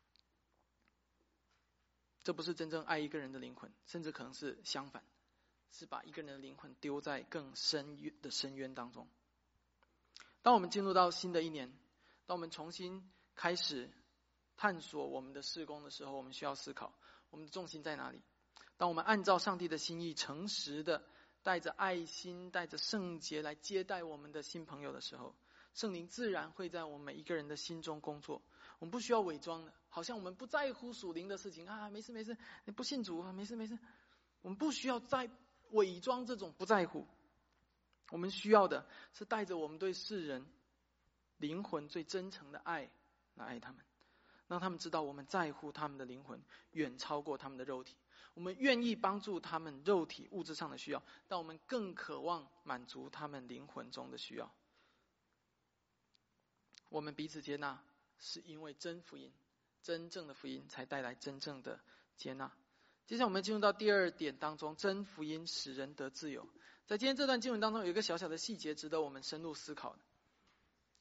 S1: 这不是真正爱一个人的灵魂，甚至可能是相反，是把一个人的灵魂丢在更深的深渊当中。当我们进入到新的一年，当我们重新开始探索我们的事工的时候，我们需要思考我们的重心在哪里。当我们按照上帝的心意诚实的带着爱心带着圣洁来接待我们的新朋友的时候，圣灵自然会在我们每一个人的心中工作。我们不需要伪装的，好像我们不在乎属灵的事情啊，没事没事，你不信主啊，没事没事。我们不需要再伪装这种不在乎，我们需要的是带着我们对世人灵魂最真诚的爱来爱他们，让他们知道我们在乎他们的灵魂远超过他们的肉体。我们愿意帮助他们肉体物质上的需要，但我们更渴望满足他们灵魂中的需要。我们彼此接纳，是因为真福音，真正的福音才带来真正的接纳。接下来我们进入到第二点当中，真福音使人得自由。在今天这段经文当中，有一个小小的细节值得我们深入思考的。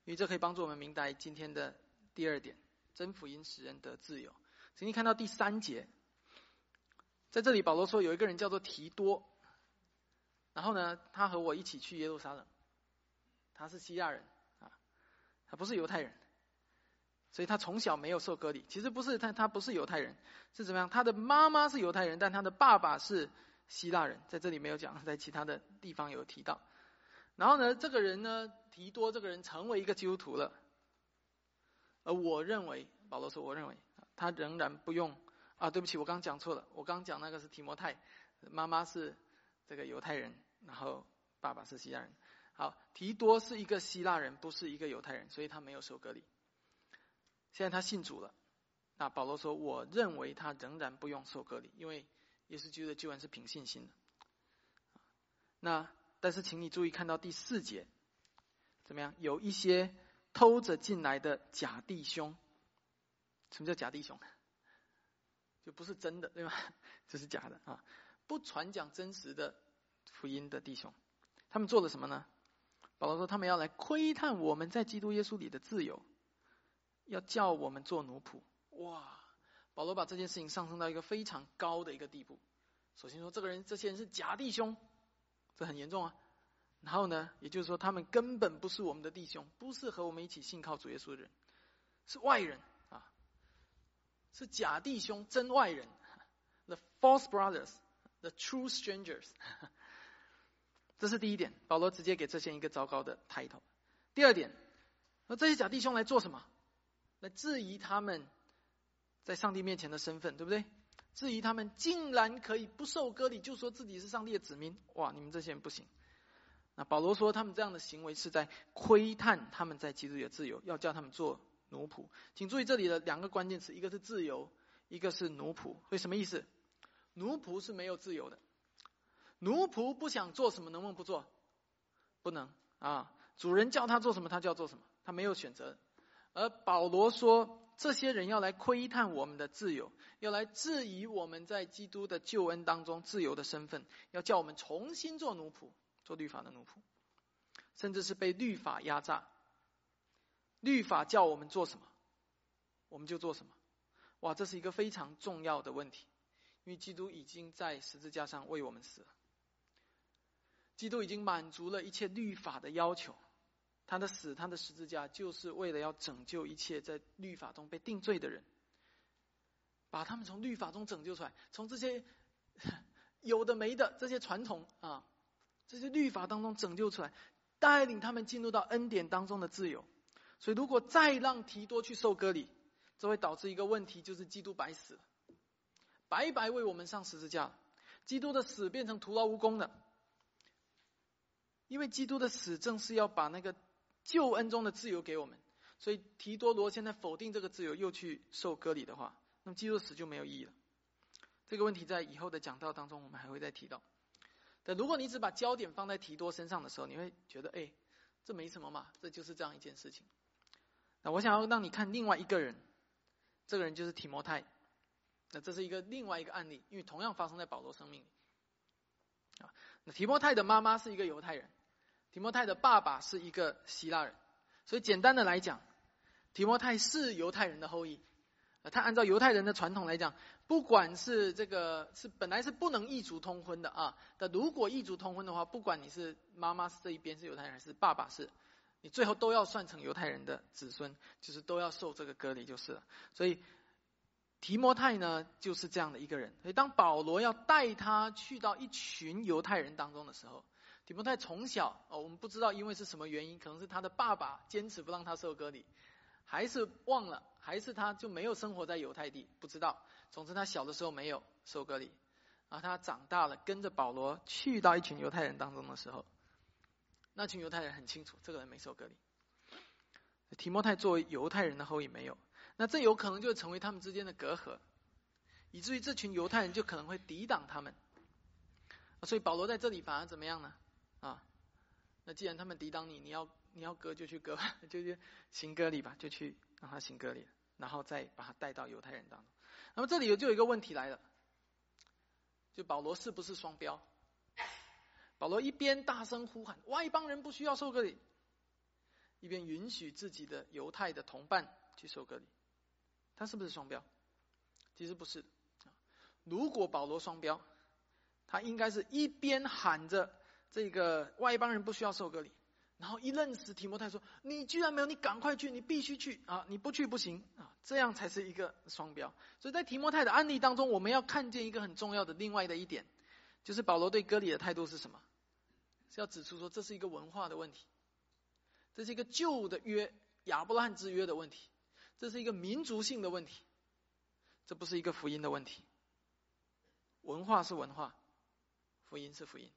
S1: 因为这可以帮助我们明白今天的第二点，真福音使人得自由。请你看到第3节，在这里保罗说有一个人叫做提多，然后呢，他和我一起去耶路撒冷，他是希腊人啊，他不是犹太人，所以他从小没有受割礼。其实不是他不是犹太人，是怎么样？他的妈妈是犹太人，但他的爸爸是希腊人，在这里没有讲，在其他的地方有提到。然后呢，这个人呢，提多这个人成为一个基督徒了，而我认为，保罗说，我认为他仍然不用啊，对不起，我刚讲错了，我刚讲那个是提摩太，妈妈是这个犹太人，然后爸爸是希腊人。好，提多是一个希腊人，不是一个犹太人，所以他没有受割礼。现在他信主了，那保罗说，我认为他仍然不用受割礼，因为耶稣基督的救恩是凭信心的。那但是请你注意看到第4节，怎么样？有一些偷着进来的假弟兄。什么叫假弟兄？就不是真的，对吗？这是假的啊！不传讲真实的福音的弟兄，他们做了什么呢？保罗说，他们要来窥探我们在基督耶稣里的自由，要叫我们做奴仆。哇！保罗把这件事情上升到一个非常高的一个地步。首先说，这些人是假弟兄，这很严重啊。然后呢，也就是说，他们根本不是我们的弟兄，不是和我们一起信靠主耶稣的人，是外人啊，是假弟兄，真外人 ，the false brothers, the true strangers 。这是第一点，保罗直接给这些人一个糟糕的 title。第二点，那这些假弟兄来做什么？来质疑他们在上帝面前的身份，对不对？质疑他们竟然可以不受割礼就说自己是上帝的子民，哇，你们这些人不行。那保罗说，他们这样的行为是在窥探他们在基督里的自由，要叫他们做奴仆。请注意这里的2个关键词，一个是自由，一个是奴仆。所以什么意思？奴仆是没有自由的，奴仆不想做什么能不能不做？不能啊！主人叫他做什么他就要做什么，他没有选择。而保罗说，这些人要来窥探我们的自由，要来质疑我们在基督的救恩当中自由的身份，要叫我们重新做奴仆，做律法的奴仆，甚至是被律法压榨。律法叫我们做什么，我们就做什么。哇，这是一个非常重要的问题，因为基督已经在十字架上为我们死了。基督已经满足了一切律法的要求，他的死，他的十字架，就是为了要拯救一切在律法中被定罪的人，把他们从律法中拯救出来，从这些有的没的这些传统啊，这些律法当中拯救出来，带领他们进入到恩典当中的自由。所以如果再让提多去受割礼，这会导致一个问题，就是基督白死了，白白为我们上十字架了，基督的死变成徒劳无功的。因为基督的死正是要把那个救恩中的自由给我们，所以提多罗现在否定这个自由，又去受割礼的话，那么基督的死就没有意义了。这个问题在以后的讲道当中我们还会再提到。但如果你只把焦点放在提多身上的时候，你会觉得这没什么嘛，这就是这样一件事情。那我想要让你看另外一个人，这个人就是提摩太。那这是另外一个案例，因为同样发生在保罗生命里。那提摩太的妈妈是一个犹太人，提摩太的爸爸是一个希腊人，所以简单的来讲，提摩太是犹太人的后裔。他按照犹太人的传统来讲，不管是本来是不能异族通婚的啊，但如果异族通婚的话，不管你是妈妈是这一边是犹太人还是爸爸是，你最后都要算成犹太人的子孙，就是都要受这个割礼就是了。所以提摩太呢就是这样的一个人。所以当保罗要带他去到一群犹太人当中的时候，提摩太从小我们不知道因为是什么原因，可能是他的爸爸坚持不让他受割礼，还是忘了，还是他就没有生活在犹太地，不知道。总之他小的时候没有受割礼，然后他长大了跟着保罗去到一群犹太人当中的时候，那群犹太人很清楚这个人没受割礼。提摩太作为犹太人的后裔没有，那这有可能就会成为他们之间的隔阂，以至于这群犹太人就可能会抵挡他们。所以保罗在这里反而怎么样呢？那既然他们抵挡你，你要割就去割吧，就去行割礼吧，就去让他行割礼，然后再把他带到犹太人当中。那么这里就有一个问题来了，就保罗是不是双标？保罗一边大声呼喊外邦人不需要受割礼， 一边允许自己的犹太的同伴去受割礼。他是不是双标？其实不是的。如果保罗双标，他应该是一边喊着这个外邦人不需要受割礼，然后一愣死提摩太说：“你居然没有，你赶快去，你必须去啊！你不去不行啊！”这样才是一个双标。所以在提摩太的案例当中，我们要看见一个很重要的另外的一点，就是保罗对割礼的态度是什么？是要指出说这是一个文化的问题，这是一个旧的约亚伯拉罕之约的问题，这是一个民族性的问题，这不是一个福音的问题。文化是文化，福音是福音。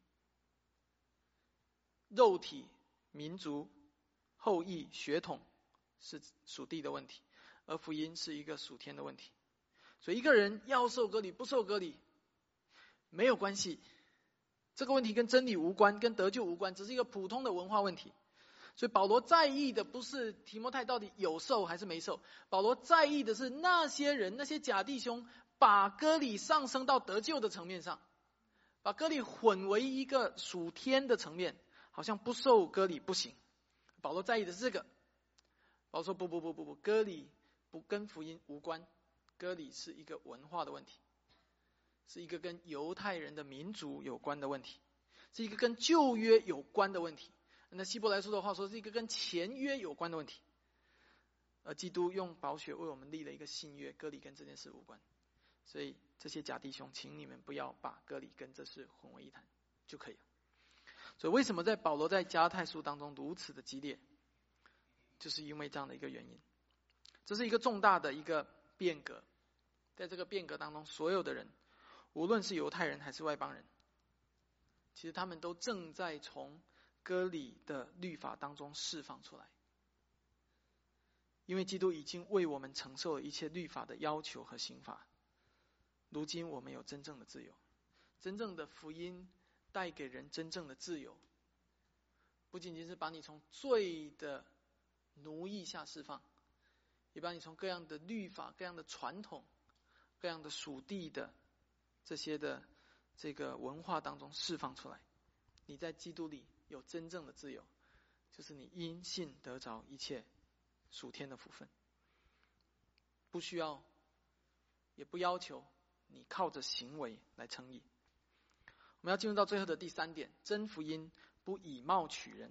S1: 肉体、民族、后裔、血统是属地的问题，而福音是一个属天的问题。所以一个人要受割礼不受割礼没有关系，这个问题跟真理无关，跟得救无关，只是一个普通的文化问题。所以保罗在意的不是提摩太到底有受还是没受，保罗在意的是那些人，那些假弟兄把割礼上升到得救的层面上，把割礼混为一个属天的层面，好像不受割礼不行。保罗在意的是这个。保罗说不，割礼不跟福音无关，割礼是一个文化的问题，是一个跟犹太人的民族有关的问题，是一个跟旧约有关的问题。那希伯来书的话说，是一个跟前约有关的问题。而基督用宝血为我们立了一个新约，割礼跟这件事无关。所以这些假弟兄，请你们不要把割礼跟这事混为一谈就可以了。所以为什么在保罗在加拉太书当中如此的激烈，就是因为这样的一个原因。这是一个重大的一个变革，在这个变革当中，所有的人，无论是犹太人还是外邦人，其实他们都正在从割礼的律法当中释放出来。因为基督已经为我们承受了一切律法的要求和刑罚，如今我们有真正的自由，真正的福音带给人真正的自由，不仅仅是把你从罪的奴役下释放，也把你从各样的律法、各样的传统、各样的属地的这些的这个文化当中释放出来。你在基督里有真正的自由，就是你因信得着一切属天的福分，不需要也不要求你靠着行为来称义。我们要进入到最后的第三点，真福音不以貌取人。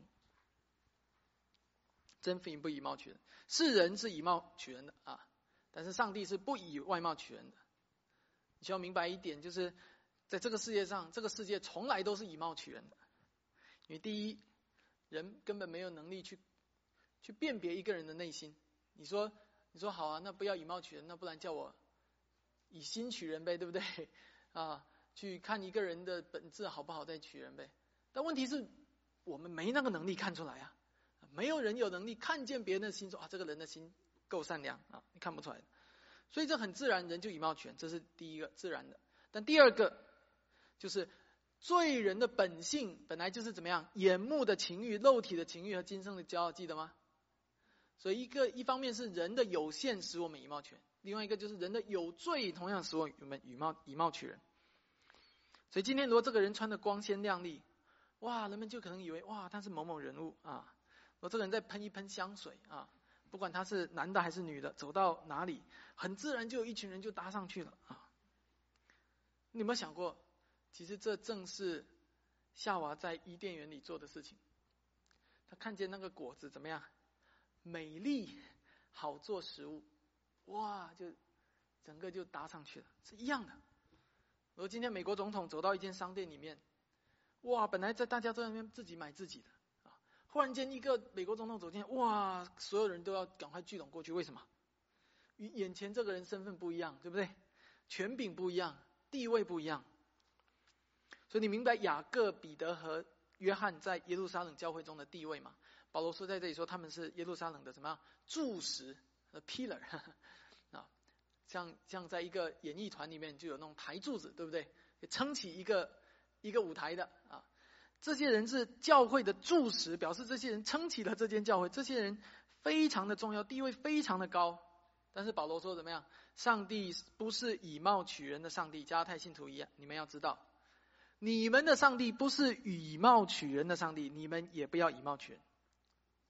S1: 真福音不以貌取人，世人是以貌取人的啊，但是上帝是不以外貌取人的。你需要明白一点，就是在这个世界上，这个世界从来都是以貌取人的。因为第一，人根本没有能力去辨别一个人的内心。你说好啊，那不要以貌取人，那不然叫我以心取人呗，对不对啊？去看一个人的本质好不好再取人呗。但问题是我们没那个能力看出来啊，没有人有能力看见别人的心，说啊这个人的心够善良啊，你看不出来的。所以这很自然，人就以貌取人，这是第一个自然的。但第二个就是罪人的本性本来就是怎么样，眼目的情欲、肉体的情欲和今生的骄傲，记得吗？所以一方面是人的有限使我们以貌取人，另外一个就是人的有罪同样使我们以貌取人。所以今天如果这个人穿的光鲜亮丽，哇，人们就可能以为哇他是某某人物啊。如果这个人再喷一喷香水啊，不管他是男的还是女的，走到哪里很自然就有一群人就搭上去了啊。你有没有想过，其实这正是夏娃在伊甸园里做的事情。他看见那个果子怎么样，美丽好做食物，哇，就整个就搭上去了，是一样的。如果今天美国总统走到一间商店里面，哇，本来在大家在那边自己买自己的啊，忽然间一个美国总统走进来，哇，所有人都要赶快聚拢过去，为什么？与眼前这个人身份不一样，对不对？权柄不一样，地位不一样。所以你明白雅各、彼得和约翰在耶路撒冷教会中的地位吗？保罗说在这里说他们是耶路撒冷的什么柱石 pillar 啊，像在一个演艺团里面就有那种台柱子，对不对？撑起一个舞台的啊，这些人是教会的柱石，表示这些人撑起了这间教会，这些人非常的重要，地位非常的高。但是保罗说怎么样？上帝不是以貌取人的上帝，加拉太信徒一样，你们要知道，你们的上帝不是以貌取人的上帝，你们也不要以貌取人。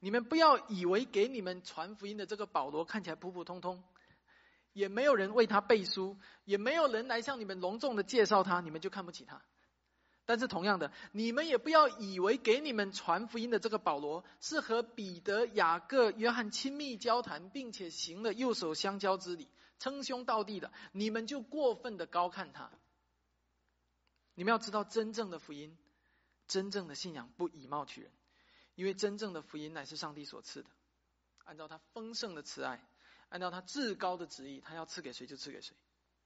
S1: 你们不要以为给你们传福音的这个保罗看起来普普通通，也没有人为他背书，也没有人来向你们隆重的介绍他，你们就看不起他。但是同样的，你们也不要以为给你们传福音的这个保罗是和彼得、雅各、约翰亲密交谈，并且行了右手相交之礼，称兄道弟的，你们就过分的高看他。你们要知道，真正的福音，真正的信仰不以貌取人，因为真正的福音乃是上帝所赐的，按照他丰盛的慈爱，按照他至高的旨意，他要赐给谁就赐给谁。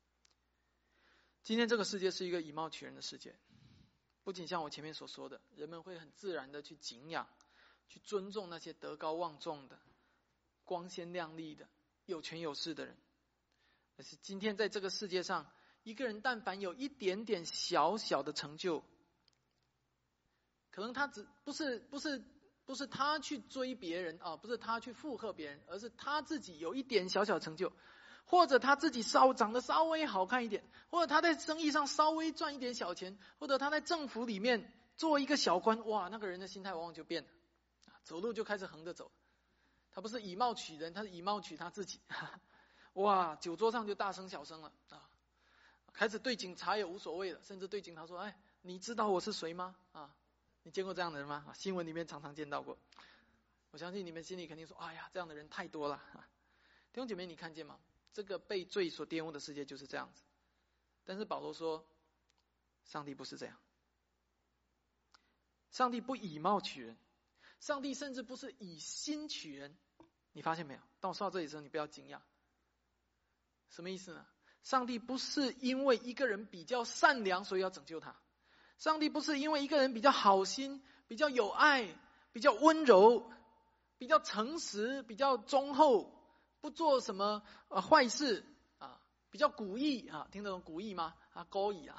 S1: 今天这个世界是一个以貌取人的世界，不仅像我前面所说的，人们会很自然的去敬仰、去尊重那些德高望重的、光鲜亮丽的、有权有势的人，但是今天在这个世界上，一个人但凡有一点点小小的成就，可能他不是他去追别人啊，不是他去附和别人，而是他自己有一点小小成就，或者他自己长得稍微好看一点，或者他在生意上稍微赚一点小钱，或者他在政府里面做一个小官，哇，那个人的心态往往就变了，走路就开始横着走。他不是以貌取人，他是以貌取他自己。哇，酒桌上就大声小声了啊，开始对警察也无所谓了，甚至对警察说：“哎，你知道我是谁吗？”啊，你见过这样的人吗？新闻里面常常见到过。我相信你们心里肯定说：“哎呀，这样的人太多了。”弟兄姐妹，你看见吗？这个被罪所玷污的世界就是这样子。但是保罗说，上帝不是这样，上帝不以貌取人，上帝甚至不是以心取人。你发现没有？当我说到这里的时候，你不要惊讶。什么意思呢？上帝不是因为一个人比较善良所以要拯救他，上帝不是因为一个人比较好心、比较有爱、比较温柔、比较诚实、比较忠厚，不做什么坏事啊，比较古意啊，听得懂古意吗？高义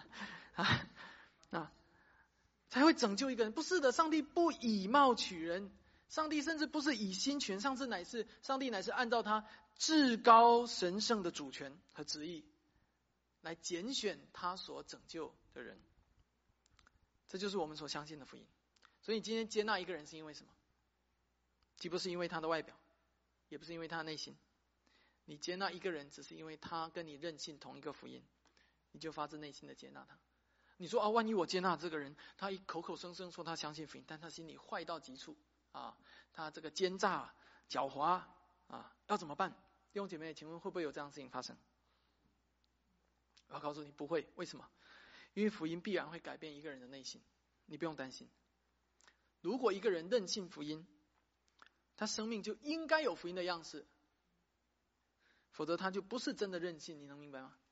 S1: 才会拯救一个人。不是的，上帝不以貌取人，上帝甚至不是以心取人，上帝乃是按照他至高神圣的主权和旨意来拣选他所拯救的人。这就是我们所相信的福音。所以你今天接纳一个人是因为什么？既不是因为他的外表，也不是因为他的内心。你接纳一个人只是因为他跟你认信同一个福音，你就发自内心的接纳他。你说万一我接纳这个人，他一口口声声说他相信福音，但他心里坏到极处啊，他这个奸诈狡猾啊，要怎么办？弟兄姐妹，请问会不会有这样的事情发生？我要告诉你，不会。为什么？因为福音必然会改变一个人的内心，你不用担心。如果一个人认信福音，他生命就应该有福音的样式，否则他就不是真的认信，你能明白吗？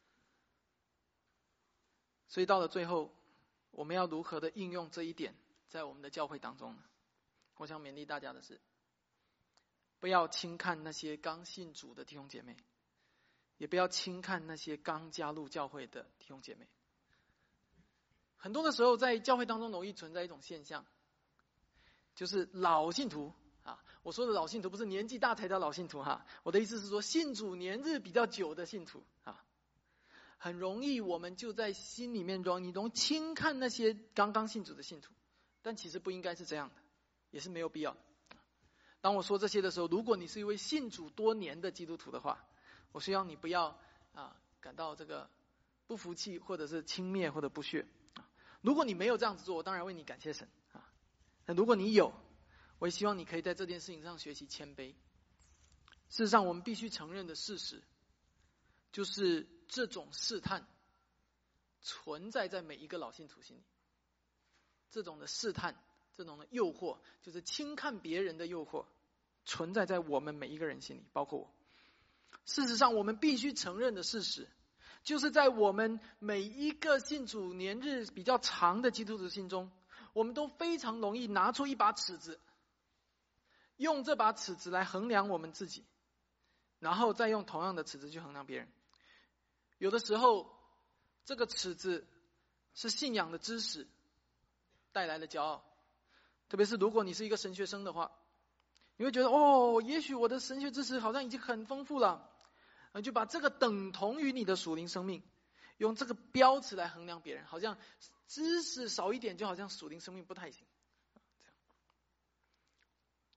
S1: 所以到了最后，我们要如何的应用这一点在我们的教会当中呢？我想勉励大家的是，不要轻看那些刚信主的弟兄姐妹，也不要轻看那些刚加入教会的弟兄姐妹。很多的时候在教会当中容易存在一种现象，就是老信徒啊，我说的老信徒不是年纪大才叫老信徒哈，我的意思是说信主年日比较久的信徒啊，很容易我们就在心里面容易轻看那些刚刚信主的信徒，但其实不应该是这样的，也是没有必要的。当我说这些的时候，如果你是一位信主多年的基督徒的话，我希望你不要感到这个不服气，或者是轻蔑或者不屑。如果你没有这样子做，我当然为你感谢神啊。但如果你有，我也希望你可以在这件事情上学习谦卑。事实上，我们必须承认的事实，就是这种试探存在在每一个老信徒心里。这种的试探，这种的诱惑，就是轻看别人的诱惑，存在在我们每一个人心里，包括我。事实上，我们必须承认的事实，就是在我们每一个信主年日比较长的基督徒心中，我们都非常容易拿出一把尺子，用这把尺子来衡量我们自己，然后再用同样的尺子去衡量别人。有的时候，这个尺子是信仰的知识带来的骄傲，特别是如果你是一个神学生的话，你会觉得也许我的神学知识好像已经很丰富了，你就把这个等同于你的属灵生命，用这个标尺来衡量别人，好像知识少一点就好像属灵生命不太行。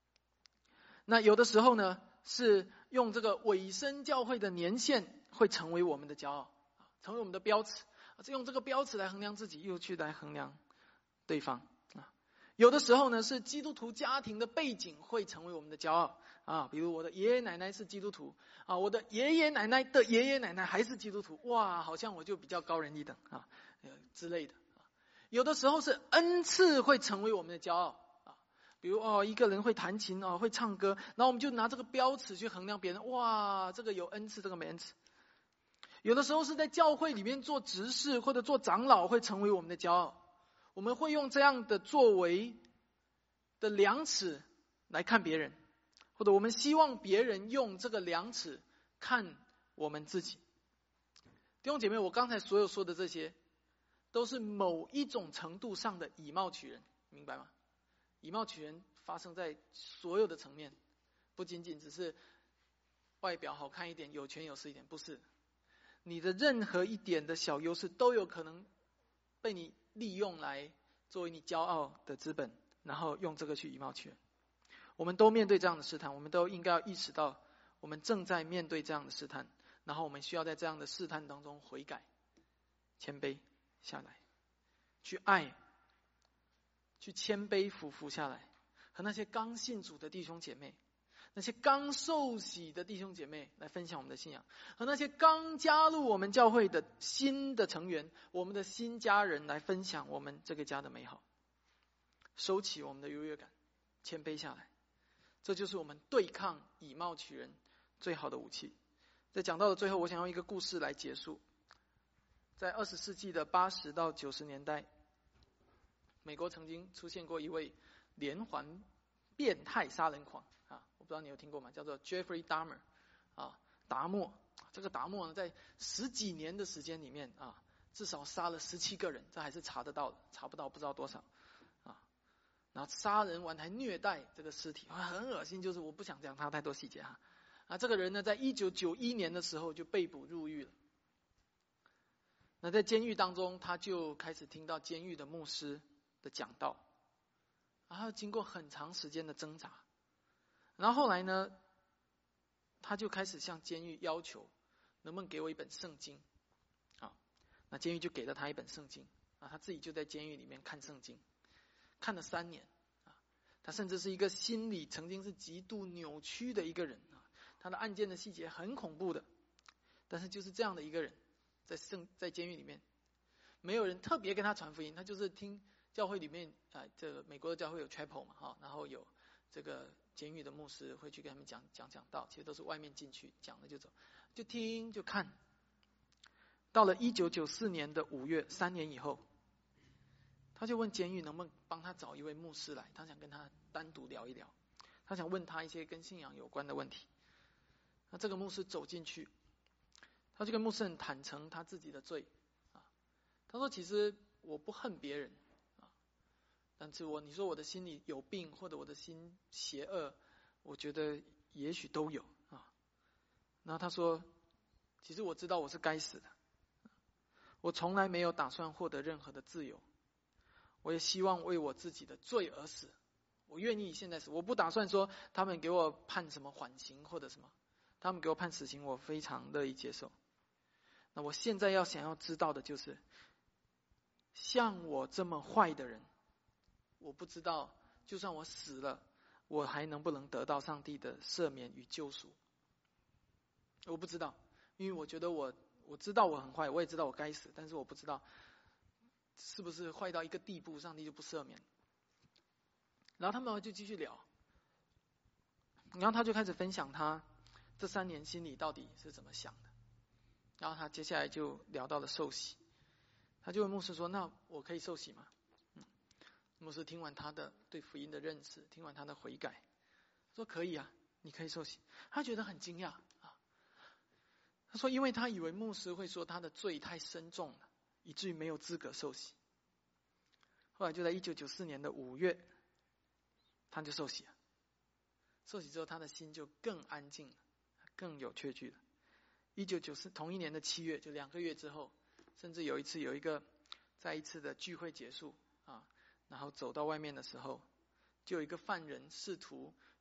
S1: 那有的时候呢，是用这个委身教会的年限会成为我们的骄傲，成为我们的标尺，用这个标尺来衡量自己，又去来衡量对方。有的时候呢，是基督徒家庭的背景会成为我们的骄傲啊，比如我的爷爷奶奶是基督徒啊，我的爷爷奶奶的爷爷奶奶还是基督徒，哇，好像我就比较高人一等啊之类的。有的时候是恩赐会成为我们的骄傲啊，比如一个人会弹琴会唱歌，然后我们就拿这个标尺去衡量别人，哇，这个有恩赐，这个没恩赐。有的时候是在教会里面做执事或者做长老会成为我们的骄傲。我们会用这样的作为的量尺来看别人，或者我们希望别人用这个量尺看我们自己。弟兄姐妹，我刚才所有说的这些，都是某一种程度上的以貌取人，明白吗？以貌取人发生在所有的层面，不仅仅只是外表好看一点、有权有势一点，不是。你的任何一点的小优势都有可能被你利用来作为你骄傲的资本，然后用这个去以貌取人。我们都面对这样的试探，我们都应该要意识到我们正在面对这样的试探，然后我们需要在这样的试探当中悔改、谦卑下来，去爱，去谦卑俯伏下来，和那些刚信主的弟兄姐妹，那些刚受洗的弟兄姐妹来分享我们的信仰，和那些刚加入我们教会的新的成员，我们的新家人来分享我们这个家的美好，收起我们的优越感，谦卑下来，这就是我们对抗以貌取人最好的武器。在讲到的最后，我想用一个故事来结束。在20世纪的80到90年代，美国曾经出现过一位连环变态杀人狂我不知道你有听过吗？叫做 Jeffrey Dahmer 达默。这个达默呢，在10几年的时间里面至少杀了17个人，这还是查得到的，查不到不知道多少然后杀人完还虐待这个尸体，很恶心，就是我不想讲他太多细节这个人呢，在1991年的时候就被捕入狱了。那在监狱当中，他就开始听到监狱的牧师的讲道，然后经过很长时间的挣扎，然后后来呢，他就开始向监狱要求，能不能给我一本圣经那监狱就给了他一本圣经他自己就在监狱里面看圣经，看了3年他甚至是一个心理曾经是极度扭曲的一个人他的案件的细节很恐怖的，但是就是这样的一个人，在监狱里面，没有人特别跟他传福音，他就是听教会里面这个美国的教会有 chapel 嘛然后有这个监狱的牧师会去跟他们讲道，其实都是外面进去讲了就走，就听就看。到了1994年的5月，3年以后，他就问监狱能不能帮他找一位牧师来，他想跟他单独聊一聊，他想问他一些跟信仰有关的问题。那这个牧师走进去，他就跟牧师很坦诚他自己的罪他说其实我不恨别人但是你说我的心里有病或者我的心邪恶，我觉得也许都有然后他说其实我知道我是该死的，我从来没有打算获得任何的自由，我也希望为我自己的罪而死，我愿意现在死，我不打算说他们给我判什么缓刑或者什么，他们给我判死刑我非常乐意接受。那我现在想要知道的就是，像我这么坏的人，我不知道就算我死了，我还能不能得到上帝的赦免与救赎。我不知道，因为我觉得我知道我很坏，我也知道我该死，但是我不知道是不是坏到一个地步上帝就不赦免。然后他们就继续聊，然后他就开始分享他这3年心里到底是怎么想的。然后他接下来就聊到了受洗，他就问牧师说，那我可以受洗吗？牧师听完他的对福音的认识，听完他的悔改，说可以你可以受洗。他觉得很惊讶他说因为他以为牧师会说他的罪太深重了，以至于没有资格受洗。后来就在1994年的5月，他就受洗了。受洗之后，他的心就更安静了，更有确据了。1994同一年的7月，就2个月之后，甚至有一个在一次的聚会结束然后走到外面的时候，就有一个犯人试图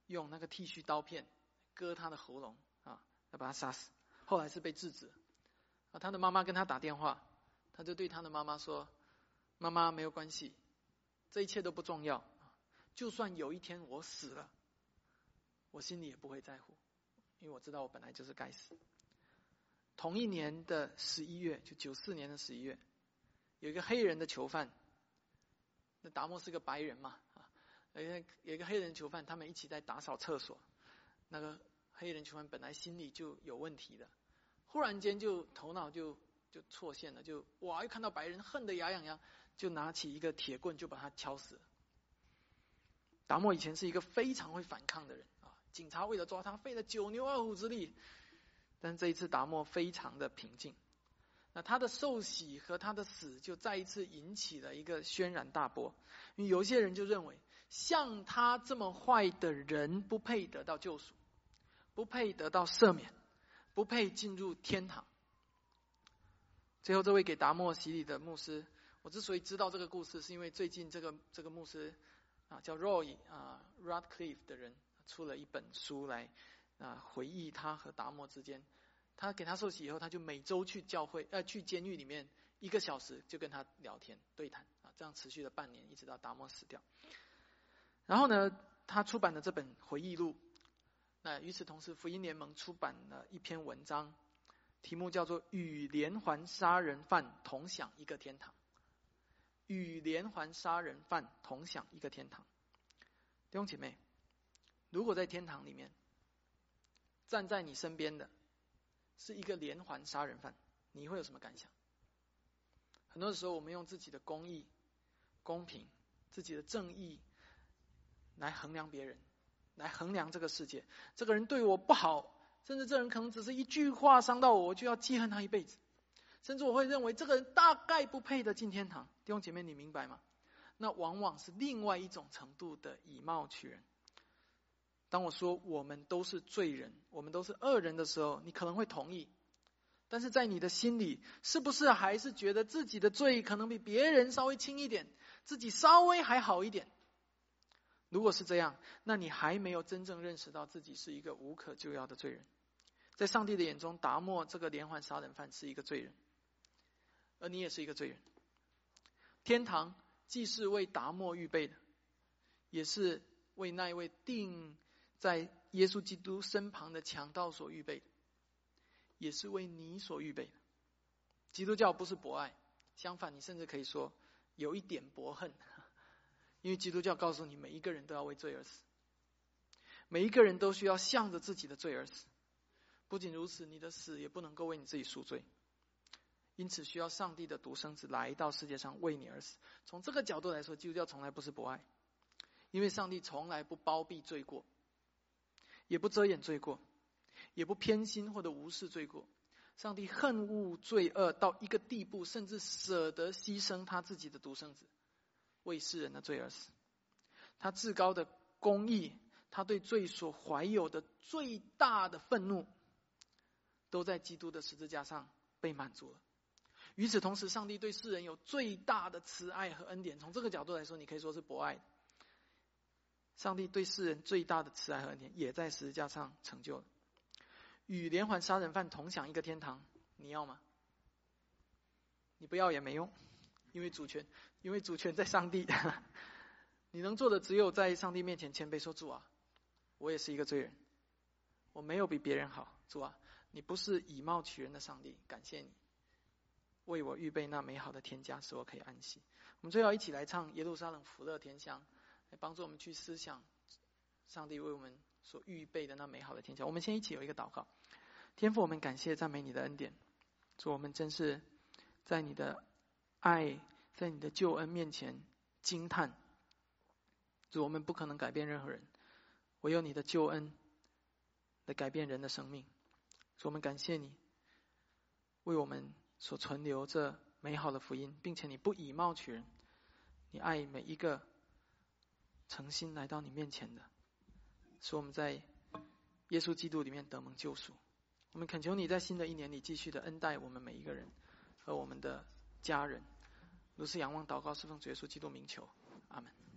S1: 用那个剃须刀片割他的喉咙啊，要把他杀死。后来是被制止。他的妈妈跟他打电话，他就对他的妈妈说：“妈妈，没有关系，这一切都不重要。就算有一天我死了，我心里也不会在乎，因为我知道我本来就是该死。”同一年的11月，就94年的11月，有一个黑人的囚犯，那达莫是个白人嘛，有一个黑人囚犯，他们一起在打扫厕所。那个黑人囚犯本来心里就有问题的，忽然间就头脑就错线了，就哇，一看到白人恨得牙痒痒，就拿起一个铁棍就把他敲死了。达莫以前是一个非常会反抗的人啊，警察为了抓他费了9牛2虎之力，但这一次达莫非常的平静。那他的受洗和他的死就再一次引起了一个轩然大波，因为有些人就认为像他这么坏的人不配得到救赎，不配得到赦免，不配进入天堂。最后这位给达莫洗礼的牧师，我之所以知道这个故事，是因为最近这个牧师叫 Roy Radcliffe 的人出了一本书来回忆他和达莫之间。他给他受洗以后，他就每周去去监狱里面1个小时就跟他聊天对谈这样持续了半年，一直到达莫死掉。然后呢，他出版了这本回忆录。那与此同时，福音联盟出版了一篇文章，题目叫做《与连环杀人犯同享一个天堂》。与连环杀人犯同享一个天堂。弟兄姐妹，如果在天堂里面站在你身边的是一个连环杀人犯，你会有什么感想？很多时候我们用自己的公义、公平、自己的正义来衡量别人，来衡量这个世界。这个人对我不好，甚至这人可能只是一句话伤到我，我就要记恨他一辈子。甚至我会认为这个人大概不配得进天堂。弟兄姐妹，你明白吗？那往往是另外一种程度的以貌取人。当我说我们都是罪人，我们都是恶人的时候，你可能会同意。但是在你的心里，是不是还是觉得自己的罪可能比别人稍微轻一点，自己稍微还好一点？如果是这样，那你还没有真正认识到自己是一个无可救药的罪人。在上帝的眼中，达莫这个连环杀人犯是一个罪人，而你也是一个罪人。天堂既是为达莫预备的，也是为那一位钉在耶稣基督身旁的强盗所预备的，也是为你所预备的。基督教不是博爱，相反，你甚至可以说有一点博恨，因为基督教告诉你，每一个人都要为罪而死，每一个人都需要向着自己的罪而死。不仅如此，你的死也不能够为你自己赎罪，因此需要上帝的独生子来到世界上为你而死。从这个角度来说，基督教从来不是博爱，因为上帝从来不包庇罪过，也不遮掩罪过，也不偏心或者无视罪过。上帝恨恶罪恶到一个地步，甚至舍得牺牲他自己的独生子，为世人的罪而死。他至高的公义，他对罪所怀有的最大的愤怒，都在基督的十字架上被满足了。与此同时，上帝对世人有最大的慈爱和恩典。从这个角度来说，你可以说是博爱的。上帝对世人最大的慈爱和恩典，也在十字架上成就了。与连环杀人犯同享一个天堂，你要吗？你不要也没用，因为主权在上帝。你能做的只有在上帝面前谦卑说：主啊，我也是一个罪人，我没有比别人好。主啊，你不是以貌取人的上帝，感谢你为我预备那美好的天家，使我可以安息。我们最后一起来唱耶路撒冷福乐天乡，来帮助我们去思想上帝为我们所预备的那美好的天家。我们先一起有一个祷告。天父，我们感谢赞美你的恩典，主，我们真是在你的爱，在你的救恩面前惊叹。主，我们不可能改变任何人，唯有你的救恩来改变人的生命。主，我们感谢你为我们所存留这美好的福音，并且你不以貌取人，你爱每一个诚心来到你面前的，使我们在耶稣基督里面得蒙救赎。我们恳求你在新的一年里继续的恩待我们每一个人和我们的家人。如此仰望祷告，是奉主耶稣基督名求，阿们。